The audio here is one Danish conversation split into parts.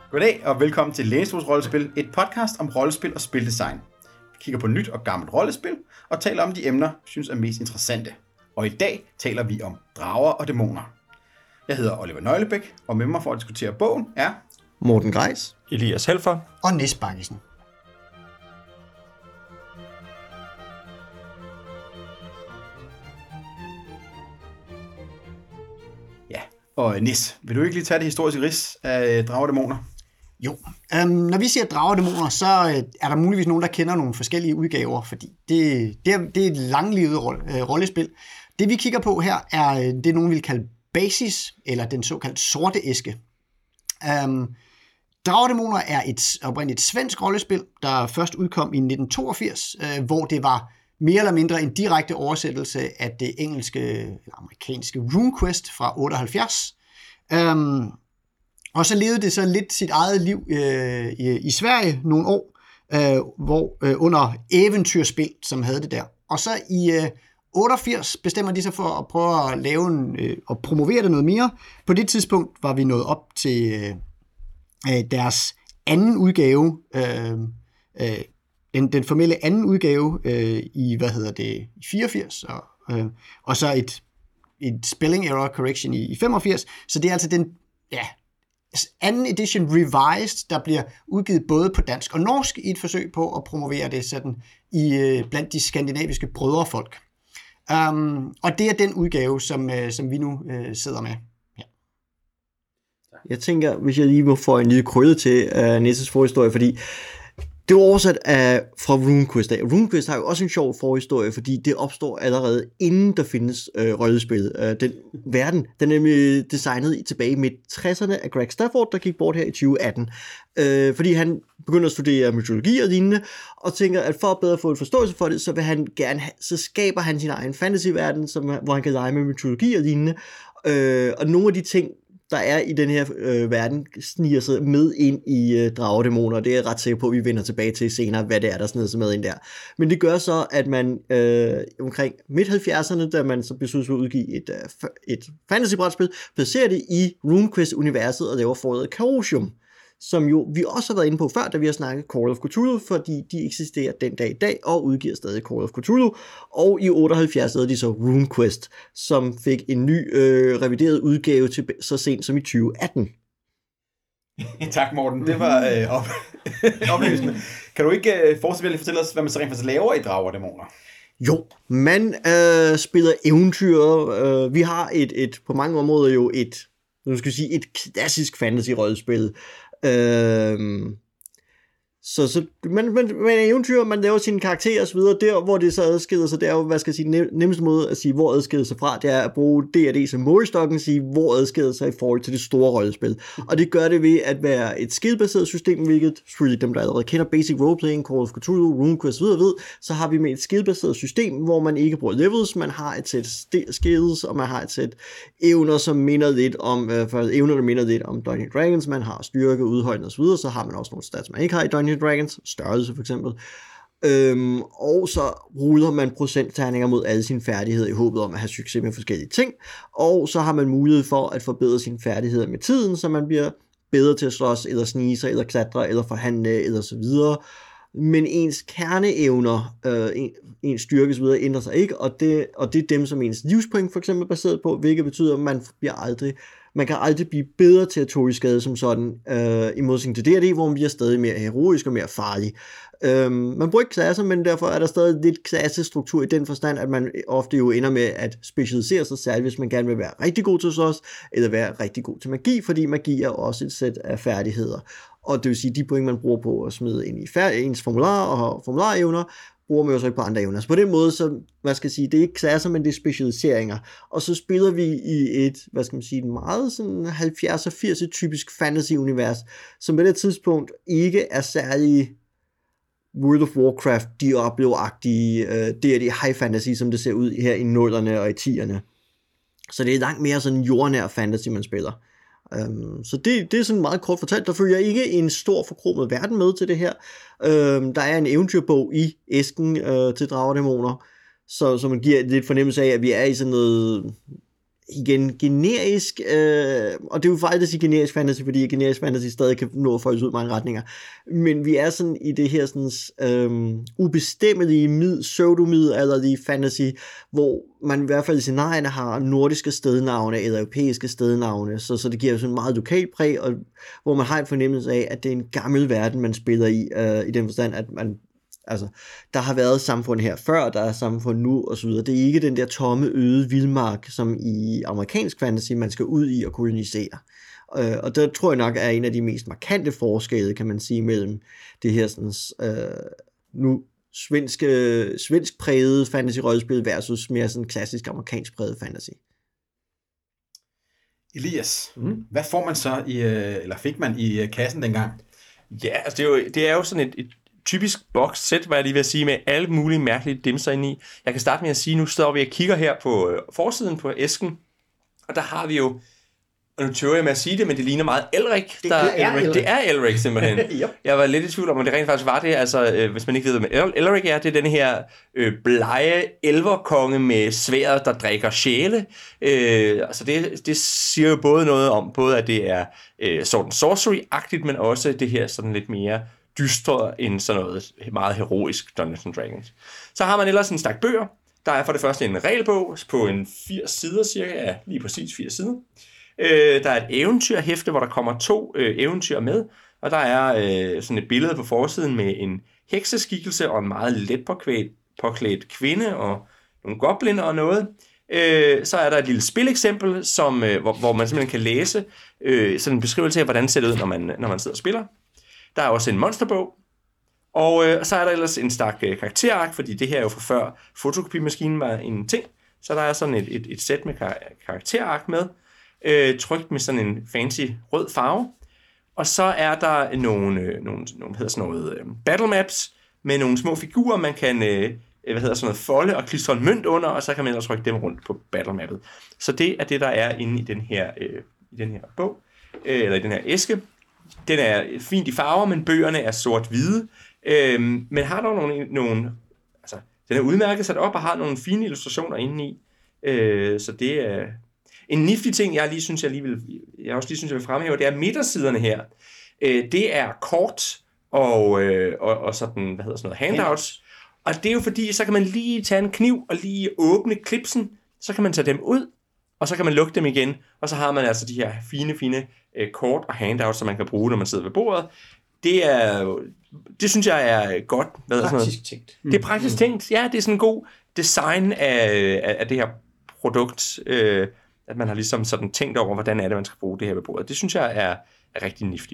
Goddag og velkommen til Lænestols Rollespil, et podcast om rollespil og spildesign. Vi kigger på nyt og gammelt rollespil og taler om de emner, vi synes er mest interessante. Og i dag taler vi om drager og dæmoner. Jeg hedder Oliver Nøglebæk, og med mig for at diskutere bogen er Morten Greis, Elias Helfer og Nis Bakkesen. Ja, og Nis, vil du ikke lige tage det historiske rids af drager og dæmoner? Jo, når vi siger drager og dæmoner, så er der muligvis nogen, der kender nogle forskellige udgaver, fordi det er et langlivet rollespil. Det vi kigger på her er det, nogen vil kalde basis, eller den såkaldte sorte æske. Drager og dæmoner er oprindeligt svensk rollespil, der først udkom i 1982, hvor det var mere eller mindre en direkte oversættelse af det amerikanske RuneQuest fra 78. Og så levede det så lidt sit eget liv i Sverige nogle år, under Eventyrspil, som havde det der. Og så i 88 bestemmer de sig for at prøve at lave og promovere det noget mere. På det tidspunkt var vi nået op til deres anden udgave, den formelle anden udgave i 84, og så et spelling error correction i 85. Så det er altså den anden edition revised, der bliver udgivet både på dansk og norsk i et forsøg på at promovere det sådan blandt de skandinaviske brødrefolk. Og det er den udgave, som vi nu sidder med. Ja. Jeg tænker, hvis jeg lige må få en lille krølle til Nisses forhistorie, fordi det er oversat fra RuneQuest. RuneQuest har jo også en sjov forhistorie, fordi det opstår allerede inden der findes rollespil. Den verden, den er nemlig designet tilbage i midt-60'erne af Greg Stafford, der gik bort her i 2018. Fordi han begynder at studere mytologi og lignende, og tænker, at for at bedre få en forståelse for det, så skaber han sin egen fantasyverden, hvor han kan lege med mytologi og lignende. Og nogle af de ting, der er i den her verden, sniger sig med ind i drager og dæmoner, og det er jeg ret sikker på, at vi vender tilbage til senere, hvad det er, der sniger sig med ind der. Men det gør så, at man omkring midt-70'erne, da man så beslutter sig at udgive et fantasy-brætspil, placerer det i RuneQuest-universet og laver forlaget Chaosium, som jo vi også har været inde på før, da vi har snakket Call of Cthulhu, fordi de eksisterer den dag i dag og udgiver stadig Call of Cthulhu. Og i 78 lavede de så RuneQuest, som fik en ny revideret udgave til så sent som i 2018. Tak, Morten. Det var oplysende. Kan du ikke fortælle os, hvad man så rent faktisk laver i drager og dæmoner? Jo, man spiller eventyr. Vi har på mange områder jo et klassisk fantasy-rollespil. Så man eventyr, man laver sine karakterer og så videre, der hvor det så adskiller sig, det er jo, nemmeste måde at sige, hvor adskiller sig fra, det er at bruge D&D som målestokken, og sige, hvor adskiller sig i forhold til det store rollespil. Og det gør det ved at være et skillbaseret system, hvilket selvfølgelig dem, der allerede kender Basic Roleplaying, Call of Cthulhu, RuneQuest videre ved, så har vi med et skillbaseret system, hvor man ikke bruger levels, man har et sæt skills, og man har et sæt evner, som minder lidt om, Dungeons & Dragons, man har styrke, udholdenhed og så videre, så har man også nogle stats, man ikke har i Dungeons & Dragons, størrelse for eksempel. Og så ruller man procentterninger mod alle sine færdigheder i håbet om at have succes med forskellige ting, og så har man mulighed for at forbedre sine færdigheder med tiden, så man bliver bedre til at slås, eller snige sig, eller klatre, eller forhandle, eller så videre. Men ens kerneevner, ens styrke så videre, ændrer sig ikke, og det er dem, som ens livspoint for eksempel er baseret på, hvilket betyder, at man kan aldrig blive bedre til at tåle skade som sådan, i modsætning til D&D, hvor man bliver stadig mere heroisk og mere farlig. Man bruger ikke klasser, men derfor er der stadig lidt klassestruktur i den forstand, at man ofte jo ender med at specialisere sig, særligt hvis man gerne vil være rigtig god til slås, eller være rigtig god til magi, fordi magi er også et sæt af færdigheder. Og det vil sige, de point, man bruger på at smide ind i ens formular og formularevner, bruger man jo så ikke på andre evner. Så på den måde, så, det er ikke klasser, men det er specialiseringer. Og så spiller vi i et, meget sådan 70'er, 80'er typisk fantasy-univers, som på det tidspunkt ikke er særlig World of Warcraft, Diablo-agtige, D&D high fantasy, som det ser ud her i 0'erne og i 10'erne. Så det er langt mere sådan jordnær fantasy, man spiller. Så det er sådan meget kort fortalt. Der følger ikke en stor forkromet verden med til det her. Der er en eventyrbog i æsken til drager og dæmoner, så man giver lidt fornemmelse af, at vi er i sådan noget igen generisk, og det er jo fejl at sige generisk fantasy, fordi generisk fantasy stadig kan nå at foldes ud i mange retninger, men vi er sådan i det her sådan, ubestemmelige pseudo-middelalderlige fantasy, hvor man i hvert fald i scenarierne har nordiske stednavne eller europæiske stednavne, så det giver sådan meget lokalt præg, og hvor man har en fornemmelse af, at det er en gammel verden, man spiller i den forstand, at man altså, der har været samfund her før, der er samfund nu, og så videre. Det er ikke den der tomme, øde vildmark, som i amerikansk fantasy, man skal ud i og kolonisere. Og der tror jeg nok er en af de mest markante forskelle, kan man sige, mellem det her sådan, nu svensk præget fantasy-rollespil versus mere sådan klassisk amerikansk præget fantasy. Elias, hvad får man så eller fik man i kassen dengang? Ja, altså det er jo sådan et typisk box-sæt, hvad jeg lige vil sige, med alle mulige mærkelige dimser ind i. Jeg kan starte med at sige, nu står vi og kigger her på forsiden på æsken, og der har vi jo, og nu tøver jeg med at sige det, men det ligner meget Elric. Det er Elric simpelthen. Yep. Jeg var lidt i tvivl om det rent faktisk var det, altså hvis man ikke ved, hvad Elric er, det er den her blege elverkonge med sværd, der drikker sjæle. Altså det siger jo både noget om, både at det er sådan sorcery-agtigt, men også det her sådan lidt mere dystre end sådan noget meget heroisk Dungeons & Dragons. Så har man ellers en stak bøger. Der er for det første en regelbog på en 80 sider cirka, ja, lige præcis 80 sider. Der er et eventyrhæfte, hvor der kommer 2 eventyr med, og der er sådan et billede på forsiden med en hekseskikkelse og en meget let påklædt kvinde og nogle gobliner og noget. Så er der et lille spileksempel, som, hvor man simpelthen kan læse sådan en beskrivelse af, hvordan det ser ud, når man sidder og spiller. Der er også en monsterbog, og så er der ellers en stak karakterark, fordi det her er jo fra før fotokopimaskinen var en ting, så der er sådan et sæt med karakterark med, trykt med sådan en fancy rød farve, og så er der nogle hedder sådan noget battle maps med nogle små figurer, man kan folde og klistre en mønt under, og så kan man ellers trykke dem rundt på battle mappet. Så det er det, der er inde i den her bog, eller i den her æske. Den er fint i farver, men bøgerne er sort-hvide. Men har dog nogle altså, den er udmærket sat op og har nogle fine illustrationer indeni. Så det er en nifty ting, jeg også lige synes, jeg vil fremhæve, det er midtersiderne her. Det er kort og sådan, handouts. Og det er jo fordi, så kan man lige tage en kniv og lige åbne klipsen, så kan man tage dem ud, og så kan man lukke dem igen, og så har man altså de her fine kort og handouts, som man kan bruge, når man sidder ved bordet. Det synes jeg er godt. Praktisk tænkt. Det er praktisk tænkt. Ja, det er sådan en god design af det her produkt, at man har ligesom sådan tænkt over, hvordan er det, man skal bruge det her ved bordet. Det synes jeg er rigtig nifty.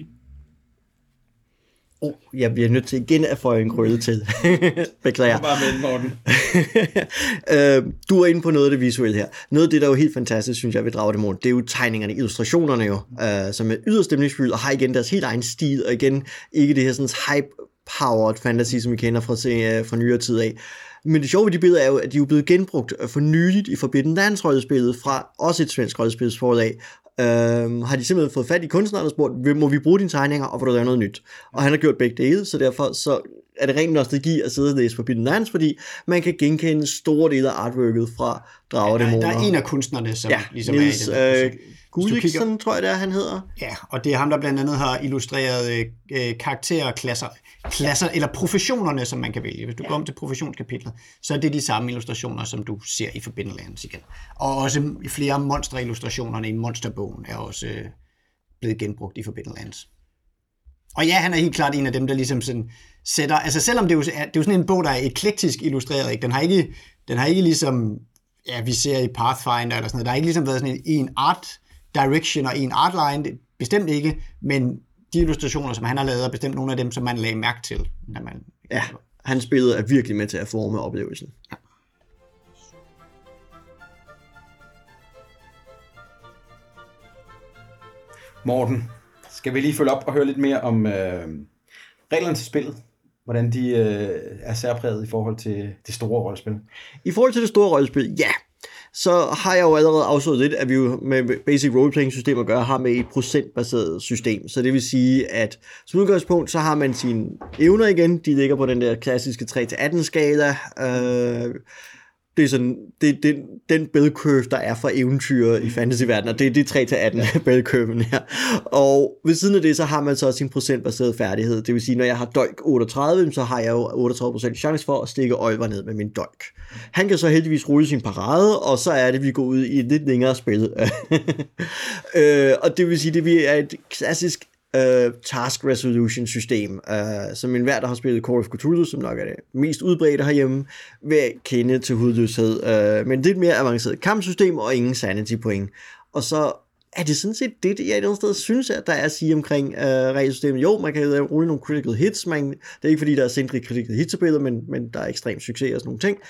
Jeg bliver nødt til igen at få en krølle til. Beklager. Bare med den, Morten. Du er inde på noget af det visuelle her. Noget af det, der er jo helt fantastisk, synes jeg, ved Drager og Dæmoner, det er jo tegningerne, illustrationerne jo, som er yderst stemningsfulde og har igen deres helt egen stil, og igen ikke det her sådan hype-powered fantasy, som vi kender fra nyere tid af. Men det sjove ved de billeder er jo, at de er blevet genbrugt for nyligt i Forbidden Lands rollespillet fra også et svensk rollespilsforlag. Har de simpelthen fået fat i kunstneren og spurgt, må vi bruge dine tegninger, og vil du lave noget nyt? Og han har gjort begge dele, så derfor så er det ren nostalgi at sidde og læse Forbidden Lands, fordi man kan genkende store dele af artworket fra Drager og Dæmoner. Der er en af kunstnerne, som ligesom Niels, er i det. Gulliksen, tror jeg det er, han hedder. Ja, og det er ham, der blandt andet har illustreret karakterklasser, eller professionerne, som man kan vælge. Hvis du går om til professionskapitlet, så er det de samme illustrationer, som du ser i Forbidden Lands igen. Og også flere monsterillustrationerne i monsterbogen er også blevet genbrugt i Forbidden Lands. Og ja, han er helt klart en af dem, der ligesom sådan sætter, altså selvom det er jo sådan en bog, der er eklektisk illustreret, ikke? Den har ikke ligesom, ja, vi ser i Pathfinder eller sådan noget, der har ikke ligesom været sådan en art direction og en artline, det bestemt ikke, men de illustrationer, som han har lavet, er bestemt nogle af dem, som man lagde mærke til. Når man... Ja, hans billede er virkelig med til at forme oplevelsen. Ja. Morten, skal vi lige følge op og høre lidt mere om reglerne til spillet? Hvordan de er særpræget i forhold til det store rollespil? I forhold til det store rollespil, ja. Så har jeg jo allerede afsløret lidt, at vi jo med basic roleplaying system at gøre, har med et procentbaseret system. Så det vil sige, at som udgangspunkt, så har man sine evner igen. De ligger på den der klassiske 3-18 skala. Det er sådan, den bell curve, der er for eventyr i fantasyverdenen, og det er 3-18 bell curven her. Og ved siden af det, så har man så sin procentbaseret færdighed. Det vil sige, når jeg har dolk 38, så har jeg jo 38% chance for at stikke Oliver ned med min dolk. Han kan så heldigvis rulle sin parade, og så er det, vi går ud i et lidt længere spil. Og det vil sige, det er et klassisk task resolution system, som enhver, der har spillet Call of Cthulhu, som nok er det mest udbredte herhjemme, vil kende til hudløshed, men lidt mere avanceret kampsystem og ingen sanity point. Og så er det sådan set det, jeg et eller andet sted synes, at der er at sige omkring regelsystemet. Jo, man kan rulle nogle critical hits, det er ikke fordi, der er sindrige critical hits-spillet, men der er ekstrem succes og sådan nogle ting.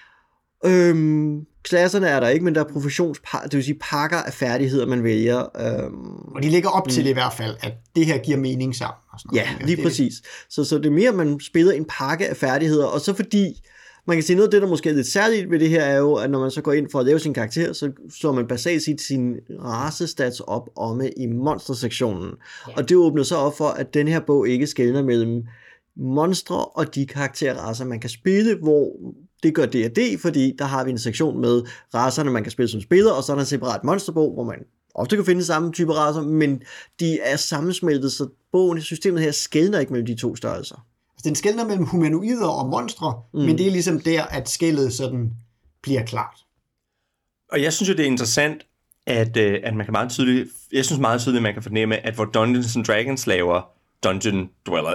Klasserne er der ikke, men der er det vil sige pakker af færdigheder, man vælger. Og de ligger op til det i hvert fald, at det her giver mening sammen. Og sådan ja, lige præcis. Så det er mere, at man spiller en pakke af færdigheder, og så fordi, man kan sige noget af det, der måske er lidt særligt ved det her, er jo, at når man så går ind for at lave sin karakter, så slår man basalt set sin racestats op omme i monstersektionen. Ja. Og det åbner så op for, at den her bog ikke skelner mellem monstre og de karakterracer, man kan spille, hvor det gør D&D, fordi der har vi en sektion med racerne, man kan spille som spiller, og så er der en separat monsterbog, hvor man ofte kan finde samme type racer, men de er sammensmeltet, så bogen i systemet her skelner ikke mellem de to størrelser. Altså, den skelner mellem humanoider og monstre, men det er ligesom der, at skellet sådan bliver klart. Og jeg synes jo, det er interessant, at man kan meget tydeligt, jeg synes meget tydeligt, at man kan fornemme, at hvor Dungeons & Dragons laver Dungeon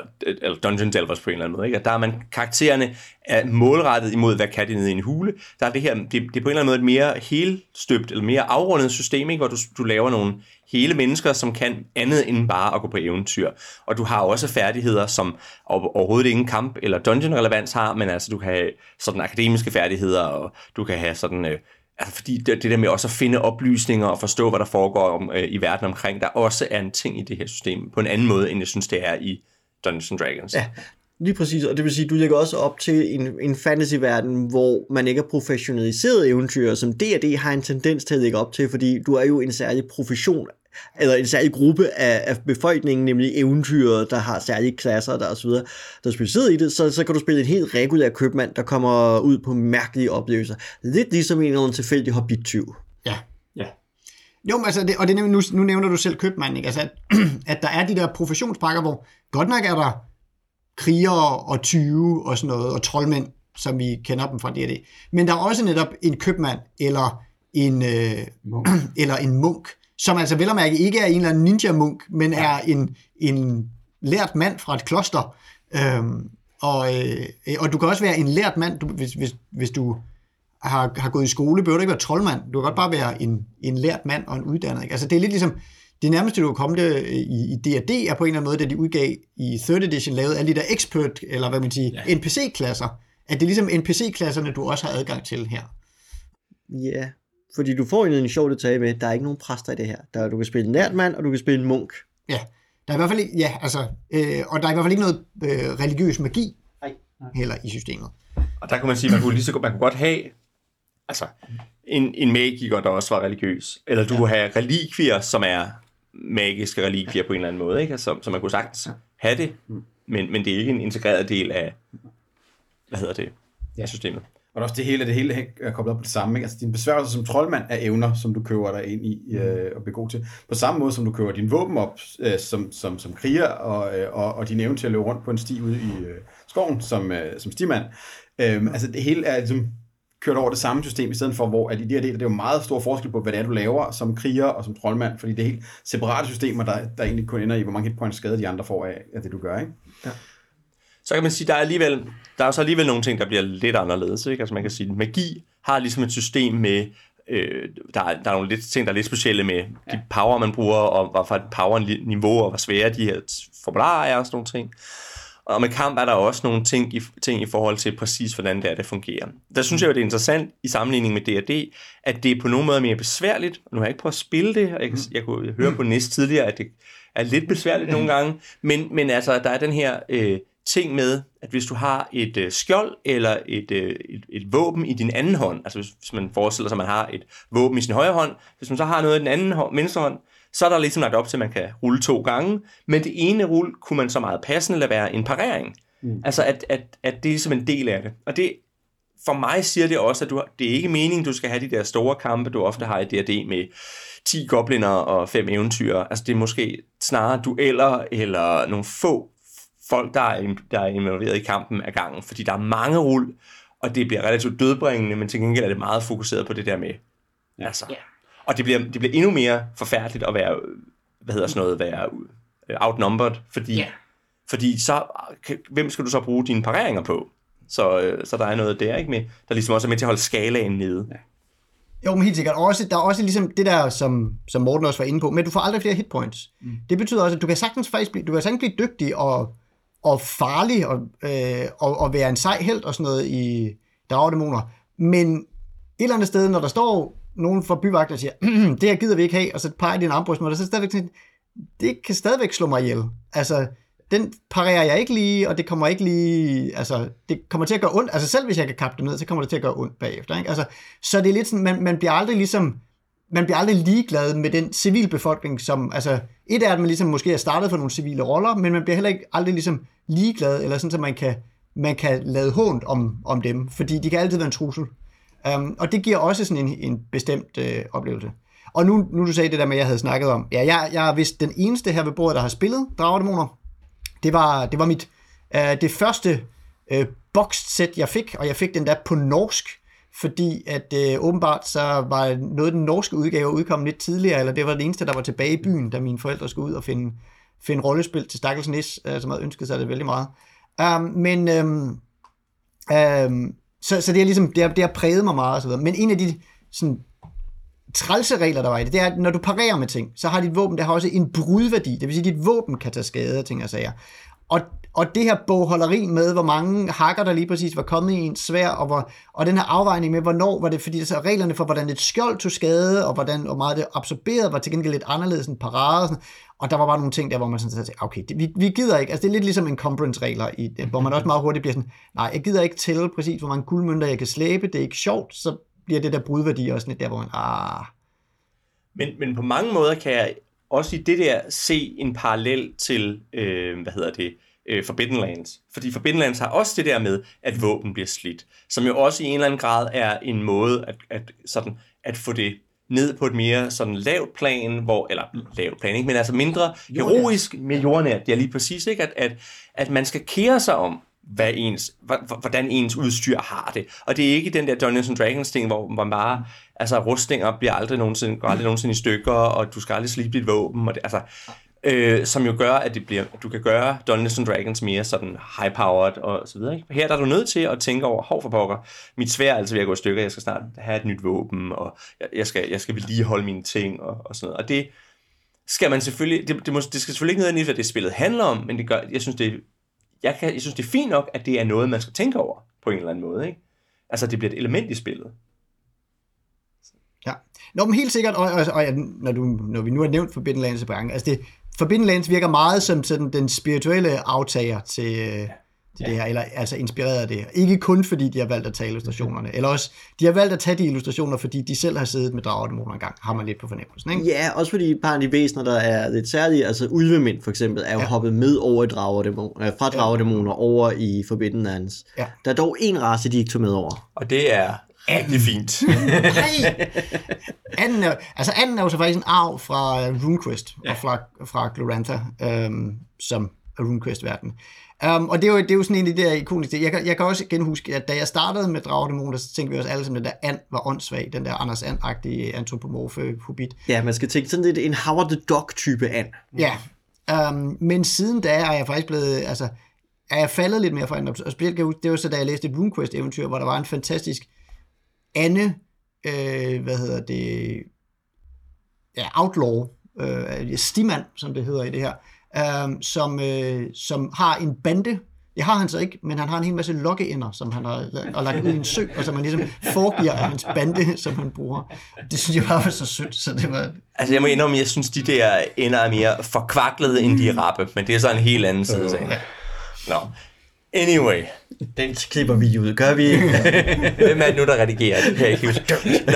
Delvers på en eller anden måde, ikke? At der er man, karaktererne er målrettet imod, hvad kan de nede i en hule. Der er det her, det er på en eller anden måde et mere helstøbt, eller mere afrundet system, ikke? Hvor du laver nogle hele mennesker, som kan andet end bare at gå på eventyr. Og du har også færdigheder, som overhovedet ingen kamp- eller dungeon-relevans har, men altså du kan have sådan akademiske færdigheder, og du kan have sådan... Altså fordi det der med også at finde oplysninger og forstå, hvad der foregår i verden omkring, der også er en ting i det her system, på en anden måde, end jeg synes, det er i Dungeons & Dragons. Ja, lige præcis, og det vil sige, du lægger også op til en fantasy-verden, hvor man ikke er professionaliseret eventyr, som D&D har en tendens til at lægge op til, fordi du er jo en særlig profession, eller en særlig gruppe af befolkningen, nemlig eventyrer, der har særlige klasser, der og så videre, der er specialiseret i det, så kan du spille en helt regulær købmand, der kommer ud på mærkelige oplevelser. Lidt ligesom en eller anden tilfældig hobbit-tyv. Ja. Jo, men altså, nu nævner du selv købmanden, ikke? Altså, at der er de der professionspakker, hvor godt nok er der krigere og tyve og sådan noget, og troldmænd, som vi kender dem fra D&D. Men der er også netop en købmand, eller en munk, som altså vel at mærke ikke er en eller anden ninja-munk, men er en lært mand fra et kloster. Og du kan også være en lært mand, hvis du har gået i skole, behøver du ikke være troldmand. Du kan godt bare være en lært mand og en uddannet. Ikke? Altså det er lidt ligesom, det nærmeste du kan komme det i D&D er på en eller anden måde, da de udgav i 3rd edition, lavede alle de der expert, eller hvad man siger, NPC-klasser. At det er ligesom NPC-klasserne, du også har adgang til her. Ja, fordi du får en sjov detalje med, der er ikke nogen præster i det her. Du kan spille en lært mand, og du kan spille en munk. Ja, der er i hvert fald ikke, og der er i hvert fald ikke noget religiøs magi heller i systemet. Og der kan man sige, man kunne godt have altså en magiker, der også var religiøs. Eller du kunne have relikvier, som er magiske relikvier på en eller anden måde, ikke? Så man kunne sagtens have det, men det er ikke en integreret del af, af systemet. Og også det hele er koblet op på det samme. Ikke? Altså din besværgelse som troldmand er evner, som du køber dig ind i og bliver god til. På samme måde som du køber din våben op som kriger, og din evne til at løbe rundt på en sti ude i skoven som stimand. Altså det hele er ligesom kørt over det samme system, i stedet for, hvor at i de her deler, det er jo meget stor forskel på, hvad det er, du laver som kriger og som troldmand, fordi det er helt separate systemer, der egentlig kun ender i, hvor mange hitpoints skade de andre får af det, du gør, ikke? Ja. Så kan man sige, der er så alligevel nogle ting, der bliver lidt anderledes, ikke? Altså man kan sige, magi har ligesom et system med, der er nogle lidt ting, der er lidt specielle med de power, man bruger, og hvad for et power-niveau, og hvor svære de her formularer er, og sådan nogle ting. Og med kamp er der også nogle ting i forhold til præcis, hvordan det fungerer. Der synes jeg jo, det er interessant i sammenligning med D&D, at det er på nogen måde mere besværligt. Nu har jeg ikke prøvet at spille det, og jeg kunne høre på næst tidligere, at det er lidt besværligt nogle gange. Men altså, der er den her ting med, at hvis du har et skjold eller et våben i din anden hånd, altså hvis man forestiller sig, at man har et våben i sin højre hånd, hvis man så har noget i den anden venstre hånd, så er der ligesom lagt op til, at man kan rulle 2 gange, men det ene rulle kunne man så meget passende lade være en parering. Altså at det er ligesom en del af det. Og det for mig siger det også, at det er ikke meningen, du skal have de der store kampe, du ofte har i D&D med 10 gobliner og 5 eventyr. Altså det er måske snarere dueller eller nogle få folk, der er involveret i kampen ad gangen, fordi der er mange rul, og det bliver relativt dødbringende, men til gengæld er det meget fokuseret på det der med. Altså. Og det bliver endnu mere forfærdeligt at være, være outnumbered, fordi så, hvem skal du så bruge dine pareringer på? Så der er noget der, ikke med, der ligesom også er med til at holde skalaen nede. Ja. Jo, men helt sikkert. Der er også ligesom det der, som Morten også var inde på, men du får aldrig flere hitpoints. Det betyder også, at du kan sagtens blive dygtig og farlig og være en sej helt og sådan noget i dragedæmoner. Men et eller andet sted, når der står nogen fra byvagter og siger, det her gider vi ikke have, og så peger de en armbrust mod dig, så stadigvæk sådan, det kan stadigvæk slå mig ihjel. Altså, den parerer jeg ikke lige, og det kommer ikke lige, altså, det kommer til at gøre ondt. Altså, selv hvis jeg kan kappe det ned, så kommer det til at gøre ondt bagefter, ikke? Altså, så det er lidt sådan, man bliver aldrig ligeglad med den civilbefolkning, som, altså, et er, at man ligesom måske er startet for nogle civile roller, men man bliver heller ikke aldrig ligesom ligeglad, eller sådan, så man kan lade hånd om dem, fordi de kan altid være en trussel. Og det giver også sådan en bestemt oplevelse. Og nu du sagde det der med, jeg havde snakket om, jeg er vist den eneste her ved bordet, der har spillet Dragedæmoner. Det var mit det første boxed set, jeg fik, og jeg fik den der på norsk, fordi at åbenbart så var noget af den norske udgave udkommet lidt tidligere, eller det var det eneste, der var tilbage i byen, da mine forældre skulle ud og finde rollespil til Stakkels Nis, som havde ønsket sig det vældig meget. Så det er ligesom, det har præget mig meget og så videre. Men en af de sådan trælse regler, der var i det er, at når du parerer med ting, så har dit våben, der har også en brudværdi. Det vil sige, at dit våben kan tage skade af ting og sager. Og det her bogholderi med, hvor mange hakker der lige præcis var kommet i en svær, og den her afvejning med, hvornår var det, fordi så reglerne for, hvordan et skjold tog skade, og hvor meget det absorberede, var til gengæld lidt anderledes end parade. Og, sådan. Og der var bare nogle ting der, hvor man sådan sagde, okay, vi gider ikke. Altså det er lidt ligesom encumbrance-regler, hvor man også meget hurtigt bliver sådan, nej, jeg gider ikke tælle præcis, hvor mange guldmønter jeg kan slæbe, det er ikke sjovt, så bliver det der brudværdi også lidt der, hvor man, Men på mange måder kan jeg også i det der se en parallel til, Forbidden Lands. Fordi Forbidden Lands har også det der med, at våben bliver slidt, som jo også i en eller anden grad er en måde at få det ned på et mere sådan lavt plan, ikke, men altså mindre heroisk, mere jordnært. Det er lige præcis, ikke? At man skal kere sig om, hvordan ens udstyr har det. Og det er ikke den der Dungeons & Dragons ting, hvor man bare, altså rustninger går aldrig nogensinde i stykker, og du skal aldrig slibe dit våben, og det, altså, som jo gør, at du kan gøre Dungeons & Dragons mere sådan high-powered og så videre. Ikke? Her der er du nødt til at tænke over, hov for pokker, mit sværd er altså ved at gå i stykker, jeg skal snart have et nyt våben, og jeg skal vedligeholde mine ting, og sådan noget. Og det skal man selvfølgelig, det skal selvfølgelig ikke noget af, hvad det spillet handler om, men det gør, jeg synes, det er fint nok, at det er noget, man skal tænke over på en eller anden måde. Ikke? Altså, det bliver et element i spillet. Ja. Nå, men helt sikkert, og når vi nu har nævnt Forbidden Lands, altså Forbidden Lands virker meget som sådan den spirituelle aftager til det her, eller altså inspireret af det. Ikke kun fordi de har valgt at tage illustrationerne, eller også de har valgt at tage de illustrationer, fordi de selv har siddet med Dragedæmoner en gang, har man lidt på fornemmelsen, ikke? Ja, også fordi et par af de væsener, der er lidt særlige, altså ulvemænd for eksempel, er jo hoppet med over i fra Dragedæmoner over i Forbidden Lands. Ja. Der er dog en race, de ikke tog med over. Og det er rigtig fint. Anden er jo så faktisk en arv fra RuneQuest og fra Glorantha, som er RuneQuest-verden. Og det er jo sådan en af de der ikoniske. Jeg kan også genhuske, at da jeg startede med Dragedæmoner, så tænkte vi også alle sammen, at den der and var åndssvag, den der Anders And-agtige antropomorfe hobbit. Ja, man skal tænke sådan lidt en Howard the Duck-type and. Ja, men siden da er jeg faktisk blevet, altså, er jeg faldet lidt mere fra and, og specielt det var så, da jeg læste et RuneQuest-eventyr, hvor der var en fantastisk outlaw, stimand, som det hedder i det her, som har en bande. Det har han så ikke, men han har en hel masse lokkeender, som han har lagt ud i en sø, og som han ligesom foregiver af hans bande, som han bruger. Det synes jeg bare var så sødt, så det var... Altså jeg må indrømme, jeg synes, de der ender er mere forkvaklede, end de er rappe, men det er så en helt anden side af sagen. Nå. Anyway. Den klipper vi ud, gør vi ikke? Hvem er det nu, der redigerer? Det kan jeg ikke huske.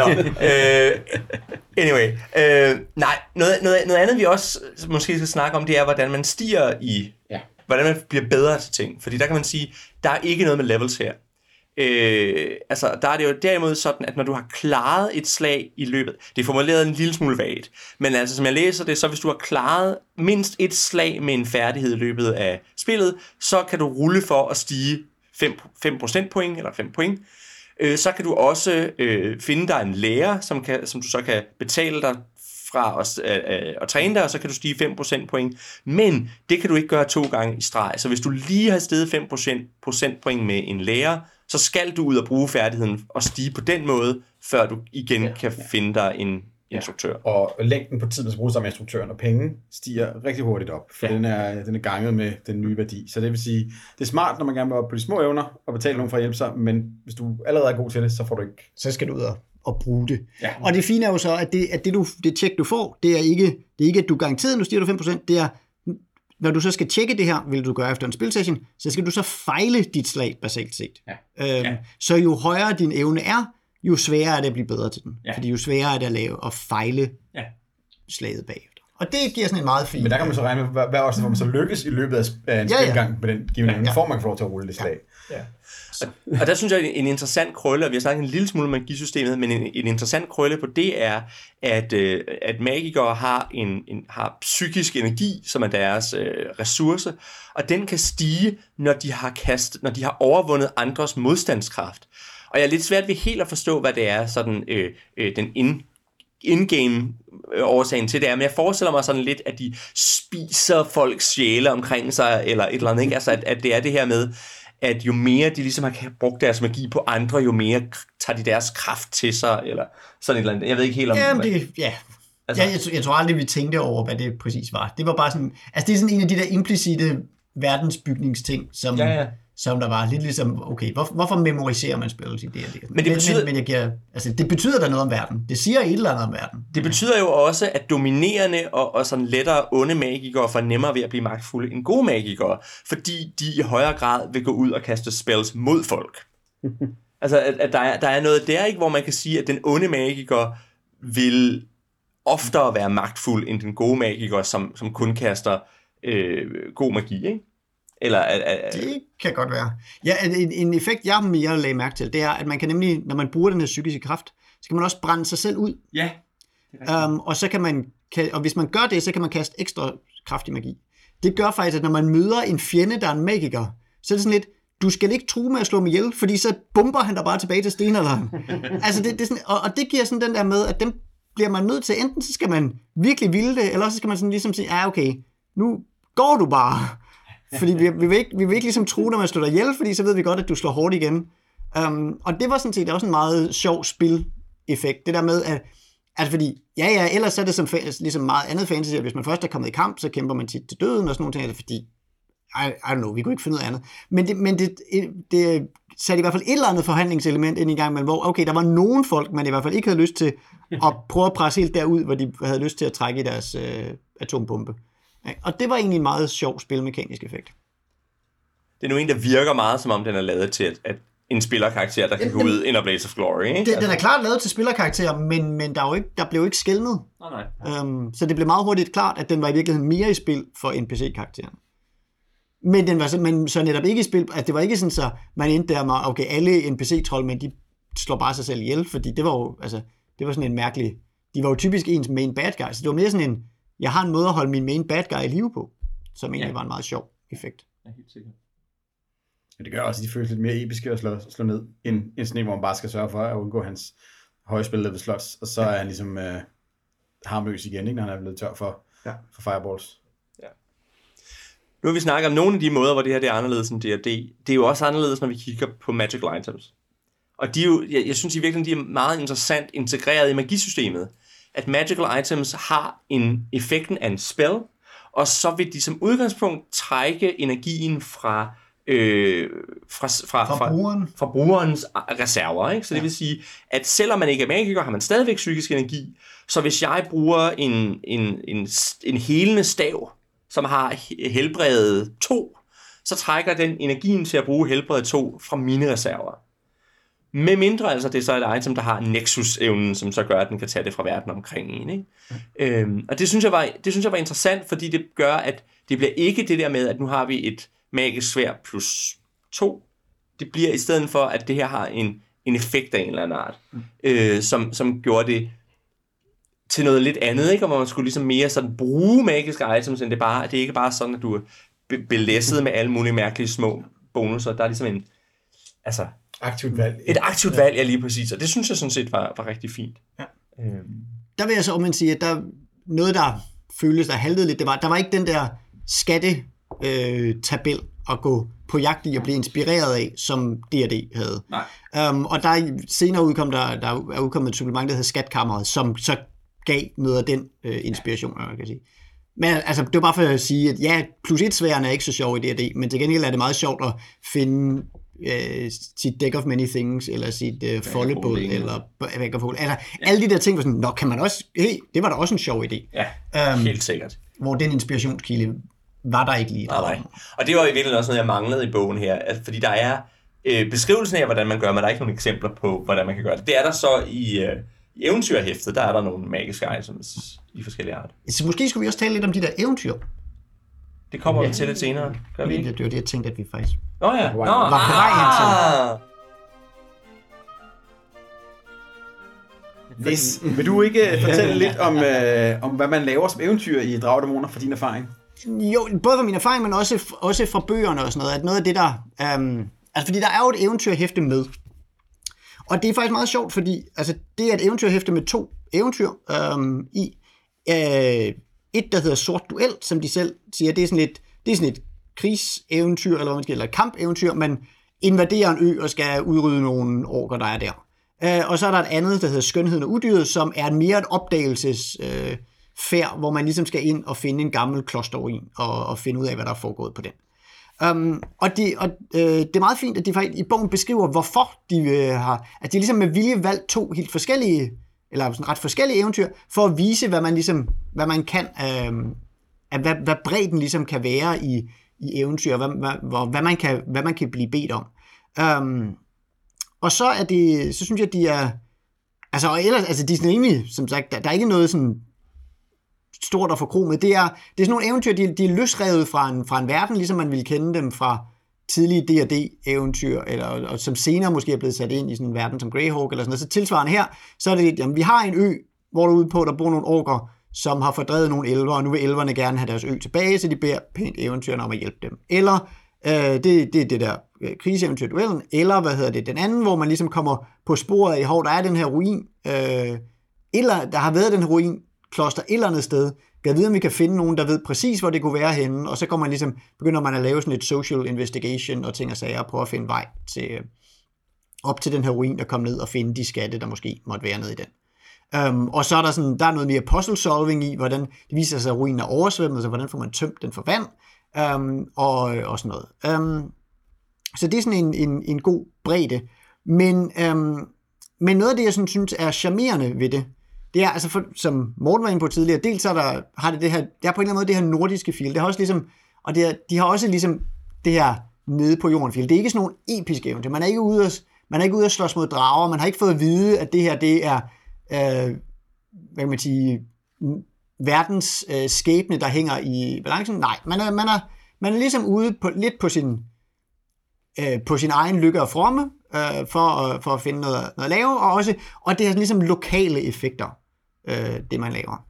Anyway. Nej, noget andet, vi også måske skal snakke om, det er, hvordan man stiger i... Ja. Hvordan man bliver bedre til ting. Fordi der kan man sige, der er ikke noget med levels her. Altså, der er det jo derimod sådan, at når du har klaret et slag i løbet, det er formuleret en lille smule vagt, men altså, som jeg læser det, så hvis du har klaret mindst et slag med en færdighed i løbet af spillet, så kan du rulle for at stige 5 procentpoint, eller 5 point. Så kan du også finde dig en lærer, som du så kan betale dig fra at træne dig, og så kan du stige 5 procentpoint. Men det kan du ikke gøre 2 gange i streg. Så hvis du lige har steget 5 procentpoint med en lærer, så skal du ud og bruge færdigheden og stige på den måde, før du igen kan finde dig en instruktør. Og længden på tiden, der skal bruges sammen med instruktøren, og penge stiger rigtig hurtigt op, for den er ganget med den nye værdi. Så det vil sige, det er smart, når man gerne vil op på de små evner, og betale nogen for at hjælpe sig, men hvis du allerede er god til det, så får du ikke... Så skal du ud og bruge det. Ja. Og det fine er jo så, at det tjek, du får, det er ikke, at du garanteret, nu stiger du 5%, det er, når du så skal tjekke det her, vil du gøre efter en spilsession, så skal du så fejle dit slag basalt set. Ja. Så jo højere din evne er, jo sværere er det at blive bedre til den. Ja. Fordi jo sværere er det at lave og fejle slaget bagefter. Og det giver sådan en meget fin... Men der kan man så regne med, hvad også får man så lykkes i løbet af en spilgang på den givende evne, får man få lov til at rulle det slag. Ja. Og der synes jeg, en interessant krølle, og vi har snakket en lille smule om magisystemet, men en interessant krølle på det er, at magikere har psykisk energi, som er deres ressource, og den kan stige, når de har overvundet andres modstandskraft. Og jeg er lidt svært ved helt at forstå, hvad det er, sådan den in-game årsagen til det er, men jeg forestiller mig sådan lidt, at de spiser folks sjæle omkring sig, eller et eller andet, ikke? Altså, at det er det her med, at jo mere de ligesom har brugt deres magi på andre, jo mere tager de deres kraft til sig, eller sådan et eller andet. Jeg ved ikke helt om... Altså, jeg tror aldrig, vi tænkte over, hvad det præcis var. Det var bare sådan... Altså, det er sådan en af de der implicite verdensbygningsting, som der var lidt ligesom, okay, hvorfor memoriserer man spillet i det? Men det betyder da noget om verden. Det siger et eller andet om verden. Det betyder jo også, at dominerende og sådan lettere onde magikere får nemmere ved at blive magtfulde end gode magikere, fordi de i højere grad vil gå ud og kaste spells mod folk. Altså, at der er noget der, ikke, hvor man kan sige, at den onde magiker vil oftere være magtfuld end den gode magiker, som kun kaster god magi, ikke? Det kan godt være. Ja, en effekt, jeg mere lagde mærke til, det er, at man kan nemlig, når man bruger den her psykiske kraft, så kan man også brænde sig selv ud. Ja. Og så kan man, og hvis man gør det, så kan man kaste ekstra kraftig magi. Det gør faktisk, at når man møder en fjende, der er en magiker, så er det sådan lidt, du skal ikke true med at slå mig ihjel, fordi så bomber han der bare tilbage til stenalderen. Altså det er sådan, og det giver sådan den der med, at dem bliver man nødt til, enten så skal man virkelig ville det, eller så skal man sådan ligesom sige, okay, nu går du bare. Fordi vi vil ikke ligesom true, når man slår dig ihjel, fordi så ved vi godt, at du slår hårdt igen. Og det var sådan set også en meget sjov spil-effekt. Det der med, at altså fordi, ellers er det som ligesom meget andet fantasy, at hvis man først er kommet i kamp, så kæmper man tit til døden og sådan nogle ting, altså fordi, I don't know, vi kunne ikke finde noget andet. Men det satte i hvert fald et eller andet forhandlingselement ind i gang, men hvor, okay, der var nogen folk, man i hvert fald ikke havde lyst til at prøve at presse helt derud, hvor de havde lyst til at trække i deres atombombe. Og det var egentlig en meget sjov spilmekanisk effekt. Det er nu en, der virker meget, som om den er lavet til at en spillerkarakter, der kan gå ud ind og Blaze of Glory. Ikke? Den er klart lavet til spillerkarakterer, men der blev ikke skelnet. Nej. Så det blev meget hurtigt klart, at den var i virkeligheden mere i spil for NPC-karakteren. Men den var så netop ikke i spil, at det var ikke sådan, så man endte der med, okay, alle NPC-troldmænd, de slår bare sig selv ihjel, fordi det var jo, altså, det var sådan en mærkelig, de var jo typisk ens main bad guy, så det var mere sådan en, jeg har en måde at holde min main bad guy i live på, som egentlig var en meget sjov effekt. Ja, helt sikkert. Det gør også, at de føles lidt mere episke at slå ned, end sådan en, hvor man bare skal sørge for at undgå hans høje spil ved slots, og så er han ligesom harmløs igen, ikke, når han er blevet tør for fireballs. Ja. Nu har vi snakket om nogle af de måder, hvor det her det er anderledes end D&D. Det er jo også anderledes, når vi kigger på magical items. Og de er jo, jeg synes i virkeligheden, de er meget interessant integreret i magisystemet. At magical items har effekten af en spell, og så vil de som udgangspunkt trække energien fra brugerens reserver. Ikke? Så det vil sige, at selvom man ikke er magiker, har man stadigvæk psykisk energi. Så hvis jeg bruger en helende stav, som har helbredet 2, så trækker den energien til at bruge helbredet 2 fra mine reserver. Med mindre altså, det er så et item, der har Nexus-evnen, som så gør, at den kan tage det fra verden omkring en. Ikke? Og det synes jeg var interessant, fordi det gør, at det bliver ikke det der med, at nu har vi et magisk sværd plus 2, det bliver i stedet for, at det her har en effekt af en eller anden art, som gjorde det til noget lidt andet, ikke? Og hvor man skulle ligesom mere sådan bruge magiske items, end det er ikke bare sådan, at du er belæsset med alle mulige mærkelige små bonusser. Der er ligesom aktivt valg. Et aktivt valg, ja, lige præcis. Og det synes jeg sådan set var rigtig fint. Ja. Der vil jeg så sige, at der noget, der føles, der haltede lidt, der var ikke den der tabel at gå på jagt i og blive inspireret af, som D&D havde. Nej. Og der senere udkom der er udkommet et supplement, der hedder Skatkammeret, som så gav noget af den inspiration, man kan sige. Men altså, det var bare for at sige, at ja, +1-sværen er ikke så sjov i D&D, men til gengæld er det meget sjovt at finde sit deck of many things, eller sit foldebåd, eller altså, alle de der ting var sådan, nå, kan man også, hey, det var da også en sjov idé. Ja, helt sikkert. Hvor den inspirationskilde var der ikke lige. Nej. Og det var i virkeligheden også noget, jeg manglede i bogen her, fordi der er beskrivelsen af, hvordan man gør, men der er ikke nogen eksempler på, hvordan man kan gøre det. Det er der så i eventyrhæftet, der er der nogle magiske items i forskellige arter. Så måske skulle vi også tale lidt om de der eventyr. Det kommer vi til lidt senere. Gør vi ikke? Det var det, jeg tænkte, at vi faktisk var på vej hen til. Vil du ikke fortælle lidt om hvad man laver som eventyr i Drager og Dæmoner fra din erfaring? Jo, både fra min erfaring, men også fra bøgerne og sådan noget. At noget af det der... fordi der er jo et eventyrhæfte med. Og det er faktisk meget sjovt, fordi det er et eventyrhæfte med 2 eventyr i. Et, der hedder Sort Duel, som de selv siger, det er sådan et krigseventyr, eller hvad man skal, eller kampeventyr, man invaderer en ø og skal udrydde nogle orker, der er der. Og så er der et andet, der hedder Skønheden og Udyret, som er mere et opdagelsesfærd, hvor man ligesom skal ind og finde en gammel klosterruin, og finde ud af, hvad der er foregået på den. Det er meget fint, at de faktisk i bogen beskriver, hvorfor de har, at de ligesom med vilje valgt 2 helt forskellige, eller sådan ret forskellige eventyr, for at vise, hvad man kan, hvad bredden ligesom kan være i eventyr, hvad man kan blive bedt om. Og så synes jeg, at de er, og ellers, de er sådan egentlig, som sagt, der er ikke noget sådan stort og forkromet. Det er sådan nogle eventyr, de er løsrevet fra en verden, ligesom man ville kende dem fra tidlige D&D-eventyr, og som senere måske er blevet sat ind i sådan en verden som Greyhawk, eller sådan noget. Så tilsvarende her, så er det lidt, jamen vi har en ø, hvor derude på, der bor nogle orker, som har fordrevet nogle elver, og nu vil elverne gerne have deres ø tilbage, så de beder pænt eventyrene om at hjælpe dem. Eller det er det der kriseeventyr-duellen, eller den anden, hvor man ligesom kommer på sporet af, der er den her ruin, eller der har været den her ruin, kloster et eller andet sted, kan vide, om vi kan finde nogen, der ved præcis, hvor det kunne være henne, og så begynder man at lave sådan et social investigation og ting og sager, og prøve at finde vej op til den her ruin, og komme ned og finde de skatte, der måske måtte være nede i den. Og så er der er noget mere puzzle solving i, hvordan det viser sig, at ruinen er oversvømmet, så hvordan får man tømt den for vand, og sådan noget. Så det er sådan en god bredde. Men noget af det, jeg synes er charmerende ved det, det er, som Morten var inde på tidligere, dels har det her, det er på en eller anden måde det her nordiske feel, det har også ligesom, og de har også ligesom det her nede på jorden feel. Det er ikke sådan nogle episke eventyr. Man er ikke ude at slås mod drager, man har ikke fået at vide, at det her, det er, hvad kan man sige, verdens skæbne, der hænger i balancen. Nej, man er ligesom ude lidt på sin egen lykke og fromme, for at finde noget at lave, og det er ligesom lokale effekter, det man laver.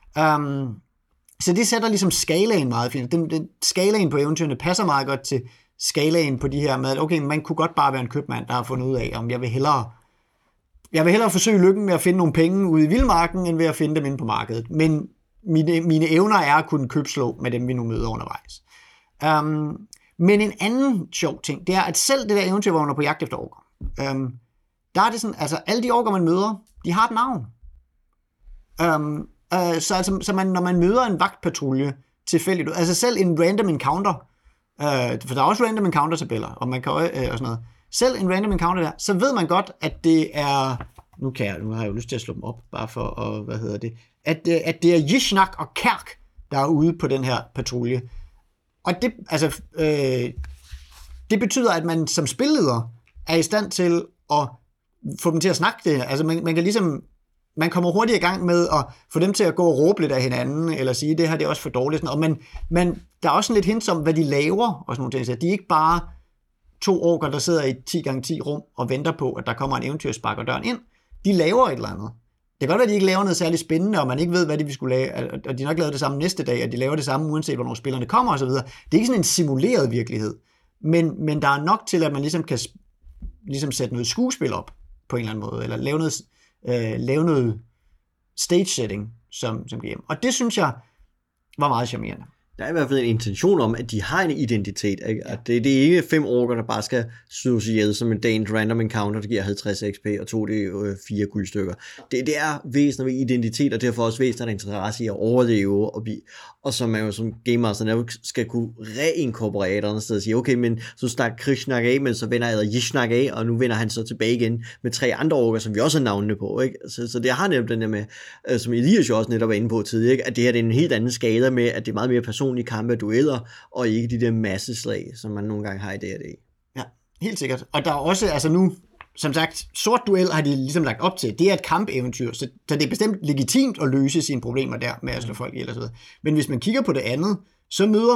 Så det sætter ligesom skalaen meget fint. Den skalaen på eventyrene passer meget godt til skalaen på de her med, at okay, man kunne godt bare være en købmand, der har fundet ud af, om jeg vil hellere forsøge lykken med at finde nogle penge ude i vildmarken, end ved at finde dem inde på markedet. Men mine evner er at kunne købslå med dem, vi nu møder undervejs. Men en anden sjov ting, det er, at selv det der eventyr, hvor man er på jagt efter orker, der er det sådan, alle de orker, man møder, de har et navn. Så når man møder en vagtpatrulje tilfældigt, selv en random encounter, for der er også random encounter-tabeller, og man kan og sådan noget. Selv en random encounter der, så ved man godt, at det er, nu har jeg jo lyst til at slå dem op, bare for at, at det er Yishnak og Kærk, der er ude på den her patrulje. Og det, det betyder, at man som spilleder er i stand til at få dem til at snakke det. Man kan ligesom, man kommer hurtigt i gang med at få dem til at gå og råbe lidt af hinanden, eller sige, det her det er også for dårligt. Og der er også sådan lidt hints om, hvad de laver, og sådan nogle ting. Så de er ikke bare 2 orker, der sidder i et 10x10 rum og venter på, at der kommer en eventyr, sparker døren ind. De laver et eller andet. Det kan godt være, at de ikke laver noget særligt spændende, og man ikke ved, hvad de skulle lave, og de nok laver det samme næste dag, og de laver det samme, uanset hvornår spillerne kommer osv. Det er ikke sådan en simuleret virkelighed, men der er nok til, at man ligesom kan ligesom sætte noget skuespil op på en eller anden måde, eller lave noget stage setting, som game. Og det synes jeg var meget charmerende. Der er i hvert fald en intention om, at de har en identitet. Ikke? At det er ikke 5 orker, der bare skal slås ihjel som en dagens random encounter, der giver 50 XP og 4 guldstykker. Det er væsener med identitet, og derfor også væsener, der interesse i at overleve, og som man jo som Game Master skal kunne reinkorporere et andet sted og sige, okay, men så snakker Krishnak af, men så vender Yishnak af, og nu vender han så tilbage igen med 3 andre orker, som vi også har navnene på. Ikke? Så det har netop den der med, som Elias jo også netop var inde på tidligere, ikke? At det her det er en helt anden skala med, at det er meget mere personlige kampe og dueller, og ikke de der masseslag, som man nogle gange har i D&D. Ja, helt sikkert. Og der er også, altså nu, som sagt, sort duel har de ligesom lagt op til. Det er et kampeventyr, så det er bestemt legitimt at løse sine problemer der med at slå folk ihjel og så videre. Men hvis man kigger på det andet, så møder